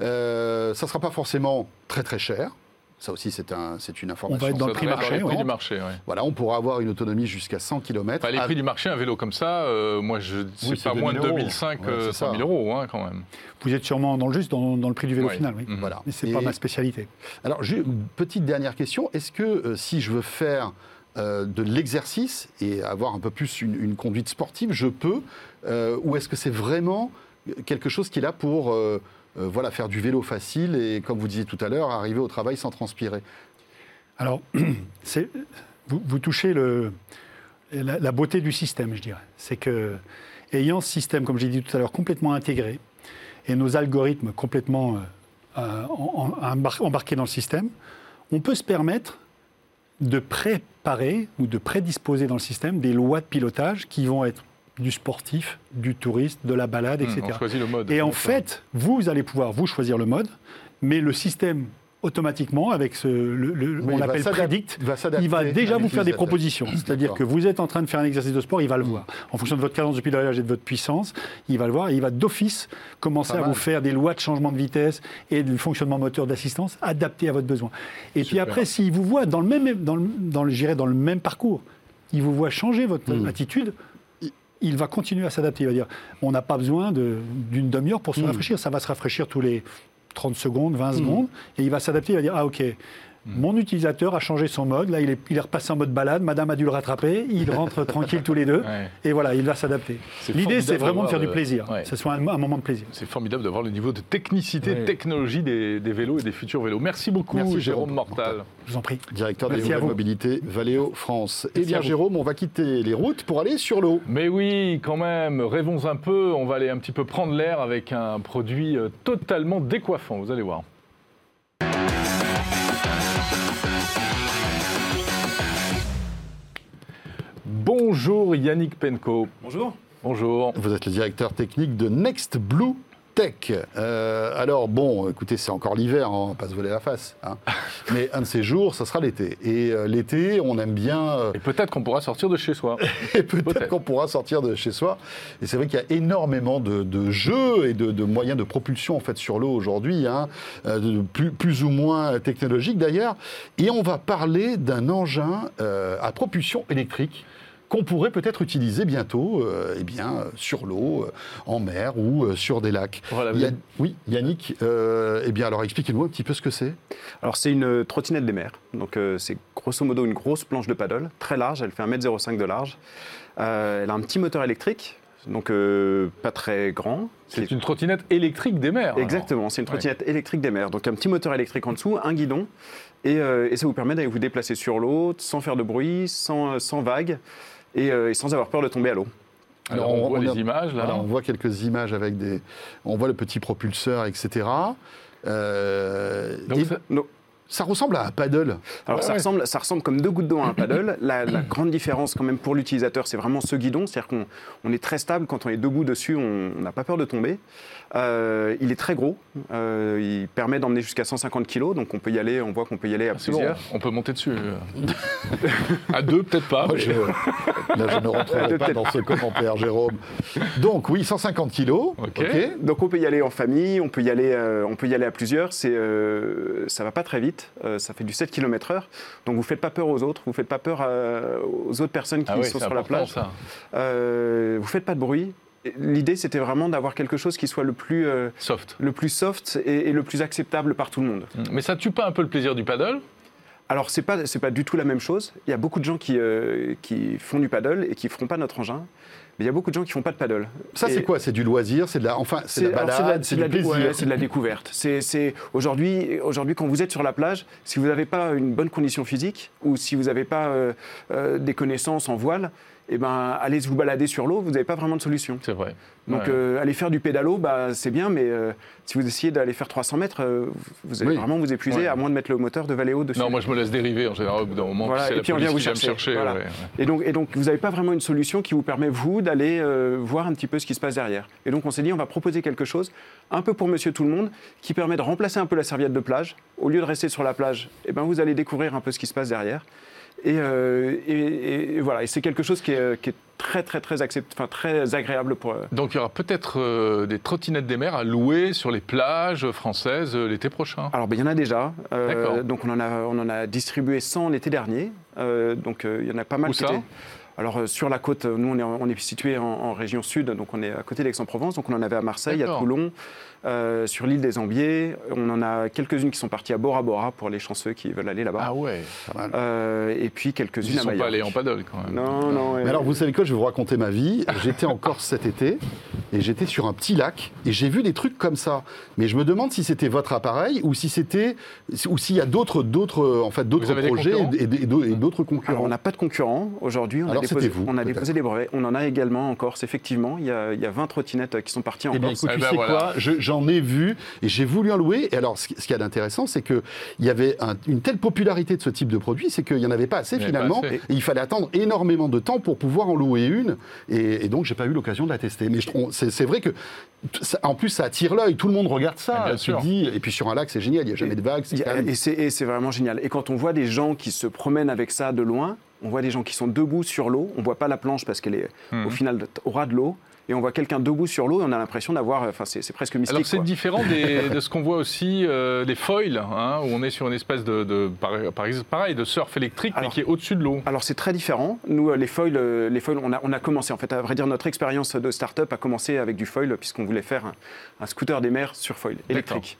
Speaker 1: Euh, ça ne sera pas forcément très très cher. Ça aussi, c'est un, c'est une information.
Speaker 6: On va être dans le
Speaker 2: Ça
Speaker 6: prix
Speaker 2: devrait être
Speaker 6: marché,
Speaker 2: les prix
Speaker 6: ouais.
Speaker 2: du marché, ouais.
Speaker 1: Voilà, on pourra avoir une autonomie jusqu'à cent kilomètres.
Speaker 2: Enfin, les prix du marché, un vélo comme ça, euh, moi, je c'est
Speaker 1: Oui, c'est
Speaker 2: pas moins de
Speaker 1: deux mille
Speaker 2: deux mille cinq,
Speaker 1: euros. Ouais,
Speaker 2: euh,
Speaker 1: c'est ça.
Speaker 2: cent mille euros, hein, quand même.
Speaker 6: Vous êtes sûrement dans le juste, dans, dans le prix du vélo
Speaker 2: Ouais.
Speaker 6: final, oui.
Speaker 2: Mhm.
Speaker 1: Voilà.
Speaker 6: Mais c'est
Speaker 1: Et-
Speaker 6: pas ma spécialité.
Speaker 1: Alors, j'ai une petite dernière question. Est-ce que euh, si je veux faire euh, de l'exercice et avoir un peu plus une, une conduite sportive, je peux euh, ou est-ce que c'est vraiment quelque chose qui est là pour euh, euh, voilà, faire du vélo facile et, comme vous disiez tout à l'heure, arriver au travail sans transpirer?
Speaker 6: Alors, c'est- vous, vous touchez le, la, la beauté du système, je dirais. C'est que, ayant ce système, comme j'ai dit tout à l'heure, complètement intégré, et nos algorithmes complètement euh, euh, en- en- embar- embarqués dans le système, on peut se permettre de préparer ou de prédisposer dans le système des lois de pilotage qui vont être du sportif, du touriste, de la balade,
Speaker 2: Mmh,
Speaker 6: et cetera.
Speaker 2: on choisit le mode.
Speaker 6: Et en
Speaker 2: D'accord.
Speaker 6: fait, vous allez pouvoir, vous, choisir le mode, mais le système, automatiquement, avec ce, le, le-
Speaker 1: Oui,
Speaker 6: on
Speaker 1: il va
Speaker 6: l'appelle
Speaker 1: s'adap-
Speaker 6: Predict,
Speaker 1: va s'adapter
Speaker 6: il va déjà
Speaker 1: à
Speaker 6: vous faire des
Speaker 1: l'utilisateur.
Speaker 6: propositions. C'est-à-dire
Speaker 1: D'accord.
Speaker 6: que vous êtes en train de faire un exercice de sport, il va le voir. En fonction de votre cadence de pilotage et de votre puissance, il va le voir et il va d'office commencer
Speaker 1: Pas
Speaker 6: à
Speaker 1: mal.
Speaker 6: vous faire des lois de changement de vitesse et du fonctionnement moteur d'assistance adaptés à votre besoin. Et puis
Speaker 2: Super.
Speaker 6: après, s'il vous voit dans le même, dans le, dans le, je dirais dans le même parcours, il vous voit changer votre
Speaker 1: Mm.
Speaker 6: attitude, il- il va continuer à s'adapter. Il va dire, on n'a pas besoin de- d'une demi-heure pour se
Speaker 1: Mm.
Speaker 6: rafraîchir, ça va se rafraîchir tous les trente secondes, vingt secondes, et il va s'adapter, il va dire, ah ok, Mon utilisateur a changé son mode. Là, il est, il est repassé en mode balade. Madame a dû le rattraper. Ils rentrent tranquilles tous les deux.
Speaker 2: Ouais.
Speaker 6: Et voilà, il va s'adapter.
Speaker 2: C'est
Speaker 6: L'idée, c'est
Speaker 2: formidable
Speaker 6: vraiment de faire du
Speaker 2: d'avoir,
Speaker 6: plaisir.
Speaker 2: euh, ouais.
Speaker 6: Que ce soit un, un moment de plaisir.
Speaker 2: C'est formidable d'avoir le niveau de technicité,
Speaker 1: Ouais.
Speaker 2: de technologie des, des vélos et des futurs vélos. Merci beaucoup,
Speaker 1: Merci,
Speaker 2: Jérôme
Speaker 1: Jérôme
Speaker 2: Mortal.
Speaker 6: Je vous en prie.
Speaker 1: Directeur des
Speaker 6: Merci à
Speaker 1: nouvelles
Speaker 6: vous.
Speaker 1: mobilités Valeo France. Eh
Speaker 6: Merci
Speaker 1: bien,
Speaker 6: à vous.
Speaker 1: Jérôme, on va quitter les routes pour aller sur l'eau.
Speaker 2: Mais oui, quand même, rêvons un peu. On va aller un petit peu prendre l'air avec un produit euh, totalement décoiffant. Vous allez voir. Bonjour Yannick Penko.
Speaker 7: Bonjour.
Speaker 2: Bonjour.
Speaker 1: Vous êtes le directeur technique de Next Blue Tech. Euh, alors bon, écoutez, c'est encore l'hiver, hein, on va pas se voler la face. Hein. Mais un de ces jours, ça sera l'été. Et euh, l'été, on aime bien... euh,
Speaker 2: Et peut-être qu'on pourra sortir de chez soi.
Speaker 1: et peut-être
Speaker 2: Peut-être.
Speaker 1: qu'on pourra sortir de chez soi. Et c'est vrai qu'il y a énormément de, de jeux et de, de moyens de propulsion en fait, sur l'eau aujourd'hui, hein, euh, de plus, plus ou moins technologiques d'ailleurs. Et on va parler d'un engin euh, à propulsion électrique qu'on pourrait peut-être utiliser bientôt euh, eh bien, euh, sur l'eau, euh, en mer ou euh, sur des lacs.
Speaker 2: Voilà, vous
Speaker 1: Ya-
Speaker 2: êtes-
Speaker 1: Oui, Yannick, euh, eh bien, alors expliquez-nous un petit peu ce que c'est.
Speaker 7: Alors c'est une trottinette des mers. Donc euh, c'est grosso modo une grosse planche de paddle, très large, elle fait un mètre zéro cinq de large. Euh, elle a un petit moteur électrique, donc euh, pas très grand.
Speaker 2: C'est
Speaker 7: Qui est-
Speaker 2: une trottinette électrique des mers. alors.
Speaker 7: Exactement, c'est une trottinette électrique des mers. Donc un petit moteur électrique en dessous, un guidon, et, euh, et ça vous permet d'aller vous déplacer sur l'eau sans faire de bruit, sans, sans vagues, et, euh, et sans avoir peur de tomber à l'eau.
Speaker 2: Alors, on, voit
Speaker 1: a-
Speaker 2: les images là.
Speaker 1: Voilà, on voit quelques images avec des... On voit le petit propulseur, et cetera. Euh,
Speaker 2: Donc,
Speaker 1: et
Speaker 2: ça-
Speaker 7: Non.
Speaker 1: ça ressemble à un paddle.
Speaker 7: Alors
Speaker 2: Ouais,
Speaker 7: ça,
Speaker 2: ouais.
Speaker 7: ressemble, ça ressemble comme deux gouttes d'eau à un paddle. La, la grande différence quand même pour l'utilisateur, c'est vraiment ce guidon. C'est-à-dire qu'on on est très stable, quand on est debout dessus, on on n'a pas peur de tomber. Euh, il est très gros, euh, il permet d'emmener jusqu'à cent cinquante kilos, donc on peut y aller, on voit qu'on peut y aller à
Speaker 2: C'est bon,
Speaker 7: plusieurs.
Speaker 2: on peut monter dessus. À deux, peut-être pas.
Speaker 1: Moi,
Speaker 2: mais-
Speaker 1: je, là, je ne rentrerai pas
Speaker 7: Peut-être.
Speaker 1: dans ce commentaire, Jérôme. Donc, oui, cent cinquante kilos.
Speaker 2: Ok.
Speaker 7: Donc on peut y aller en famille, on peut y aller, euh, on peut y aller à plusieurs. C'est, euh, ça va pas très vite, euh, ça fait du sept kilomètres heure. Donc vous faites pas peur aux autres, vous faites pas peur euh, aux autres personnes qui
Speaker 2: Ah oui,
Speaker 7: sont
Speaker 2: c'est
Speaker 7: sur la
Speaker 2: important,
Speaker 7: plage.
Speaker 2: ça.
Speaker 7: Euh, vous faites pas de bruit. Et l'idée c'était vraiment d'avoir quelque chose qui soit le plus, euh,
Speaker 2: Soft.
Speaker 7: le plus soft et, et le plus acceptable par tout le monde.
Speaker 2: Mais ça tue pas un peu le plaisir du paddle?
Speaker 7: Alors c'est pas, c'est pas du tout la même chose. Il y a beaucoup de gens qui, euh, qui font du paddle et qui feront pas notre engin. Mais il y a beaucoup de gens qui font pas de paddle.
Speaker 1: Ça,
Speaker 7: Et-
Speaker 1: c'est quoi? C'est du loisir, c'est de la, enfin, c'est de la
Speaker 7: alors,
Speaker 1: balade, c'est
Speaker 7: de la-
Speaker 1: du
Speaker 7: c'est de la-
Speaker 1: plaisir.
Speaker 7: ouais, c'est de la découverte. C'est, c'est- aujourd'hui, aujourd'hui, quand vous êtes sur la plage, si vous n'avez pas une bonne condition physique ou si vous n'avez pas euh, euh, des connaissances en voile, eh ben, allez vous balader sur l'eau, vous n'avez pas vraiment de solution.
Speaker 2: C'est vrai.
Speaker 7: Donc,
Speaker 2: Ouais.
Speaker 7: euh, aller faire du pédalo, bah, c'est bien, mais euh, si vous essayez d'aller faire trois cents mètres, euh, vous allez
Speaker 1: Oui.
Speaker 7: vraiment vous épuiser,
Speaker 2: Ouais.
Speaker 7: à moins de mettre le moteur de Valeo dessus.
Speaker 2: Non, moi je me laisse dériver en général au bout d'un moment.
Speaker 7: Voilà,
Speaker 2: c'est
Speaker 7: et
Speaker 2: la
Speaker 7: puis on
Speaker 2: police
Speaker 7: vient vous
Speaker 2: qui vient me
Speaker 7: chercher,
Speaker 2: chercher.
Speaker 7: voilà.
Speaker 2: ouais, ouais.
Speaker 7: Et donc, et donc vous n'avez pas vraiment une solution qui vous permet, vous, d'aller euh, voir un petit peu ce qui se passe derrière. Et donc, on s'est dit, on va proposer quelque chose, un peu pour monsieur tout le monde, qui permet de remplacer un peu la serviette de plage. Au lieu de rester sur la plage, eh ben, vous allez découvrir un peu ce qui se passe derrière. Et, euh, et, et- et voilà, et c'est quelque chose qui est, qui est très, très, très, accept... enfin, très agréable pour... euh,
Speaker 2: Donc il y aura peut-être euh, des trottinettes des mers à louer sur les plages françaises euh, l'été prochain.
Speaker 7: Alors, ben, il y en a déjà. Euh,
Speaker 2: D'accord.
Speaker 7: donc, on en, a, on en a distribué cent l'été dernier. Euh, donc, euh, il y en a pas mal
Speaker 2: Où
Speaker 7: qui
Speaker 2: ça
Speaker 7: étaient- Alors, euh, sur la côte, nous, on est, on est situé en, en région sud, donc on est à côté d'Aix-en-Provence. Donc, on en avait à Marseille, à
Speaker 2: D'accord.
Speaker 7: Toulon, euh, sur l'île des Ambiers. On en a quelques-unes qui sont parties à Bora Bora pour les chanceux qui veulent aller là-bas.
Speaker 2: Ah ouais.
Speaker 1: Pas mal.
Speaker 7: Euh, et puis,
Speaker 2: Ils
Speaker 7: quelques-unes
Speaker 2: ne
Speaker 7: à
Speaker 2: sont pas
Speaker 7: Mayotte.
Speaker 2: allés en paddle quand même.
Speaker 7: Non, non.
Speaker 1: Mais
Speaker 7: ouais.
Speaker 1: alors, vous savez quoi? Je vais vous raconter ma vie. J'étais en Corse cet été et j'étais sur un petit lac et j'ai vu des trucs comme ça. Mais je me demande si c'était votre appareil ou si c'était ou s'il y a d'autres, d'autres, en fait, d'autres
Speaker 2: Vous avez des
Speaker 1: projets
Speaker 2: concurrents
Speaker 1: et, et- et d'autres- et d'autres
Speaker 7: Alors,
Speaker 1: concurrents.
Speaker 7: on n'a pas de concurrents aujourd'hui. On, a
Speaker 1: Alors,
Speaker 7: déposé,
Speaker 1: c'était vous,
Speaker 7: on a
Speaker 1: peut-être.
Speaker 7: déposé des brevets. On en a également en Corse, effectivement. Il y a, il y a vingt trottinettes qui sont parties en
Speaker 1: Eh bien,
Speaker 7: Corse.
Speaker 1: écoute,
Speaker 2: Eh
Speaker 1: tu
Speaker 2: ben,
Speaker 1: sais
Speaker 2: voilà.
Speaker 1: quoi, Je- j'en ai vu et j'ai voulu en louer. Et alors, ce qui ce qu'il y a d'intéressant, c'est qu'il y avait un- une telle popularité de ce type de produit, c'est qu'il n'y en avait pas assez
Speaker 2: Il y en avait
Speaker 1: finalement.
Speaker 2: pas assez.
Speaker 1: Et il fallait attendre énormément de temps pour pouvoir en louer une. Et, et donc, j'ai pas eu l'occasion de la tester. Mais je trouve- c'est c'est vrai que, t- ça- en plus, ça attire l'œil. Tout le monde regarde ça.
Speaker 2: Ah, bien
Speaker 1: Tu
Speaker 2: sûr.
Speaker 1: dis, et puis sur un lac, c'est génial. Il n'y a jamais de vagues. c'est
Speaker 7: Il y a-
Speaker 1: calme.
Speaker 7: Et c'est et c'est vraiment génial. Et quand on voit des gens qui se promènent avec ça de loin, on voit des gens qui sont debout sur l'eau, on ne voit pas la planche parce qu'elle est
Speaker 2: Mhm.
Speaker 7: au final au ras de l'eau, et on voit quelqu'un debout sur l'eau et on a l'impression d'avoir, enfin c'est, c'est presque mystique.
Speaker 2: Alors c'est
Speaker 7: quoi.
Speaker 2: différent des, de ce qu'on voit aussi, euh, les foils, hein, où on est sur une espèce de, de pareil, de surf électrique, alors, mais qui est au-dessus de l'eau.
Speaker 7: Alors c'est très différent. Nous, les foils, les foils on, a, on a commencé, en fait, à vrai dire, notre expérience de start-up a commencé avec du foil, puisqu'on voulait faire un, un scooter des mers sur foil, électrique.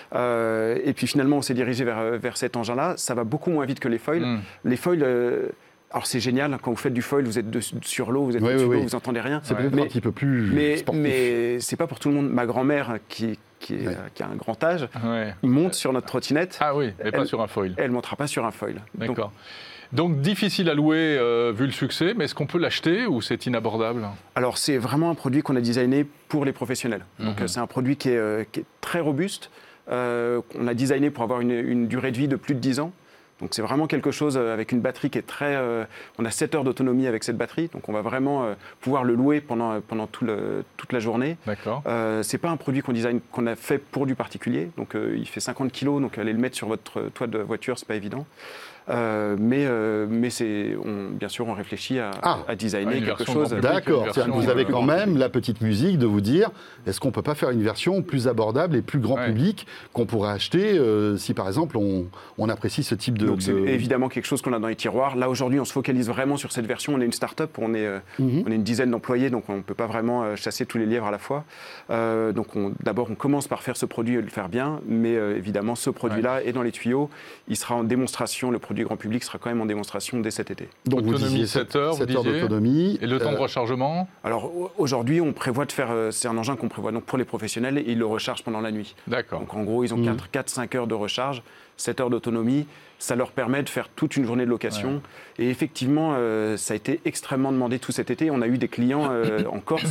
Speaker 7: Euh, et puis finalement, on s'est dirigé vers, vers cet engin-là. Ça va beaucoup moins vite que les foils. Mm. Les foils... Euh, Alors c'est génial, quand vous faites du foil, vous êtes de, sur l'eau, vous êtes
Speaker 1: oui,
Speaker 7: au-dessus
Speaker 1: oui,
Speaker 7: de l'eau,
Speaker 1: oui.
Speaker 7: vous n'entendez rien.
Speaker 1: C'est peut-être
Speaker 7: mais,
Speaker 1: un petit peu plus
Speaker 7: mais,
Speaker 1: sportif.
Speaker 7: Mais c'est pas pour tout le monde. Ma grand-mère, qui, qui, est, ouais. qui a un grand âge,
Speaker 2: ouais.
Speaker 7: monte sur notre trottinette.
Speaker 2: Ah oui, mais
Speaker 7: elle,
Speaker 2: pas sur un foil.
Speaker 7: Elle ne montera pas sur un foil.
Speaker 2: D'accord. Donc, Donc difficile à louer euh, vu le succès, mais est-ce qu'on peut l'acheter ou c'est inabordable ?
Speaker 7: Alors c'est vraiment un produit qu'on a designé pour les professionnels. Mm-hmm. Donc c'est un produit qui est, euh, qui est très robuste. Euh, on a designé pour avoir une, une durée de vie de plus de dix ans. Donc c'est vraiment quelque chose avec une batterie qui est très... Euh, on a sept heures d'autonomie avec cette batterie, donc on va vraiment euh, pouvoir le louer pendant, pendant tout le, toute la journée.
Speaker 2: D'accord.
Speaker 7: Euh, c'est pas un produit qu'on design, qu'on a fait pour du particulier, donc euh, il fait cinquante kilos, donc aller le mettre sur votre toit de voiture, c'est pas évident. Euh, mais euh, mais c'est, on, bien sûr, on réfléchit à, ah, à designer ah, quelque chose.
Speaker 1: D'accord, vous avez quand même la petite musique de vous dire, est-ce qu'on ne peut pas faire une version plus abordable et plus grand ouais. public qu'on pourrait acheter euh, si, par exemple, on, on apprécie ce type de...
Speaker 7: Donc c'est
Speaker 1: de...
Speaker 7: évidemment quelque chose qu'on a dans les tiroirs. Là, aujourd'hui, on se focalise vraiment sur cette version. On est une start-up, on est, euh, mm-hmm. on est une dizaine d'employés, donc on ne peut pas vraiment euh, chasser tous les lièvres à la fois. Euh, donc on, d'abord, on commence par faire ce produit et le faire bien, mais euh, évidemment, ce produit-là ouais. est dans les tuyaux. Il sera en démonstration, le produit du grand public sera quand même en démonstration dès cet été.
Speaker 1: Donc
Speaker 2: autonomie,
Speaker 1: vous disiez
Speaker 2: sept heures,
Speaker 1: sept heures d'autonomie.
Speaker 2: Et le temps euh, de rechargement ?
Speaker 7: Alors aujourd'hui, on prévoit de faire, c'est un engin qu'on prévoit donc pour les professionnels et ils le rechargent pendant la nuit.
Speaker 2: D'accord.
Speaker 7: Donc en gros, ils ont mmh. quatre à cinq heures de recharge, sept heures d'autonomie. Ça leur permet de faire toute une journée de location. Ouais. Et effectivement, euh, ça a été extrêmement demandé tout cet été. On a eu des clients euh, en Corse.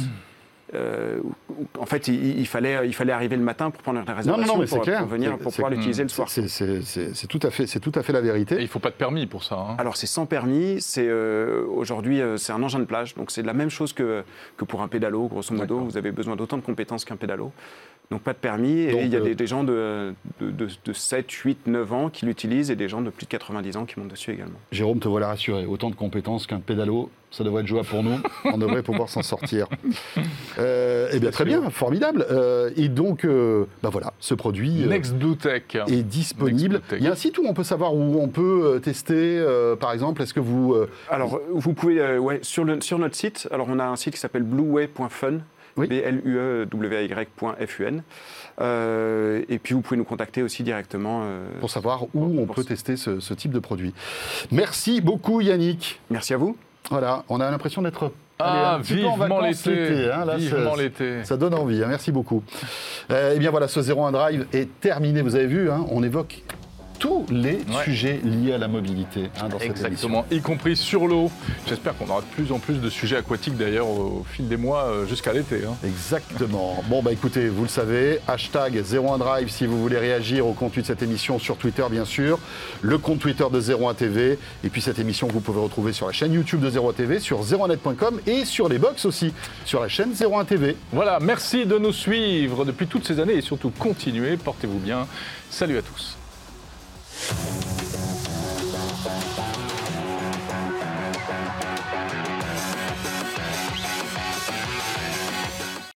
Speaker 7: Euh, en fait, il, il, fallait, il fallait arriver le matin pour prendre une réservation,
Speaker 1: non, non, non,
Speaker 7: pour,
Speaker 1: clair.
Speaker 7: pour venir, pour pouvoir l'utiliser le soir.
Speaker 1: C'est, c'est, c'est, c'est, tout à fait, c'est tout à fait la vérité.
Speaker 2: Et il ne faut pas de permis pour ça. Hein.
Speaker 7: Alors, c'est sans permis. C'est, euh, aujourd'hui, euh, c'est un engin de plage. Donc, c'est la même chose que, que pour un pédalo, grosso modo. D'accord. Vous avez besoin d'autant de compétences qu'un pédalo. Donc, pas de permis. Donc, et il y a euh... des, des gens de, de, de, de sept, huit, neuf ans qui l'utilisent et des gens de plus de quatre-vingt-dix ans qui montent dessus également.
Speaker 1: Jérôme, te voilà rassuré. Autant de compétences qu'un pédalo, ça devrait être jouable pour nous. On devrait pouvoir s'en sortir. Euh, eh bien, très bien, formidable. Euh, et donc, euh, bah voilà, ce produit euh,
Speaker 2: NextBlueTech
Speaker 1: est disponible.
Speaker 2: NextBlueTech.
Speaker 1: Il y a un site où on peut savoir où on peut tester, euh, par exemple. Est-ce que vous... Euh...
Speaker 7: Alors, vous pouvez... Euh, ouais, sur, le, sur notre site, alors on a un site qui s'appelle blueway point fun. Oui. B L U E W A Y point F U N. Euh, et puis vous pouvez nous contacter aussi directement. Euh,
Speaker 1: pour savoir où on peut tester ce, ce type de produit. Merci beaucoup Yannick.
Speaker 7: Merci à vous.
Speaker 1: Voilà, on a l'impression d'être...
Speaker 2: Ah, allez, vivement l'été, l'été hein, là, vivement ça, l'été.
Speaker 1: Ça donne envie, hein, merci beaucoup. Euh, et bien voilà, ce zéro un Drive est terminé, vous avez vu, hein, on évoque tous les ouais. sujets liés à la mobilité hein, dans cette
Speaker 2: Exactement, émission. Y compris sur l'eau. J'espère qu'on aura de plus en plus de sujets aquatiques d'ailleurs au, au fil des mois euh, jusqu'à l'été. Hein.
Speaker 1: Exactement. Bon bah écoutez, vous le savez, hashtag zéro un Drive si vous voulez réagir au contenu de cette émission sur Twitter bien sûr, le compte Twitter de zéro un T V, et puis cette émission que vous pouvez retrouver sur la chaîne YouTube de zéro un T V, sur zéro un net point com et sur les box aussi, sur la chaîne zéro un T V.
Speaker 2: Voilà, merci de nous suivre depuis toutes ces années et surtout continuez, portez-vous bien. Salut à tous.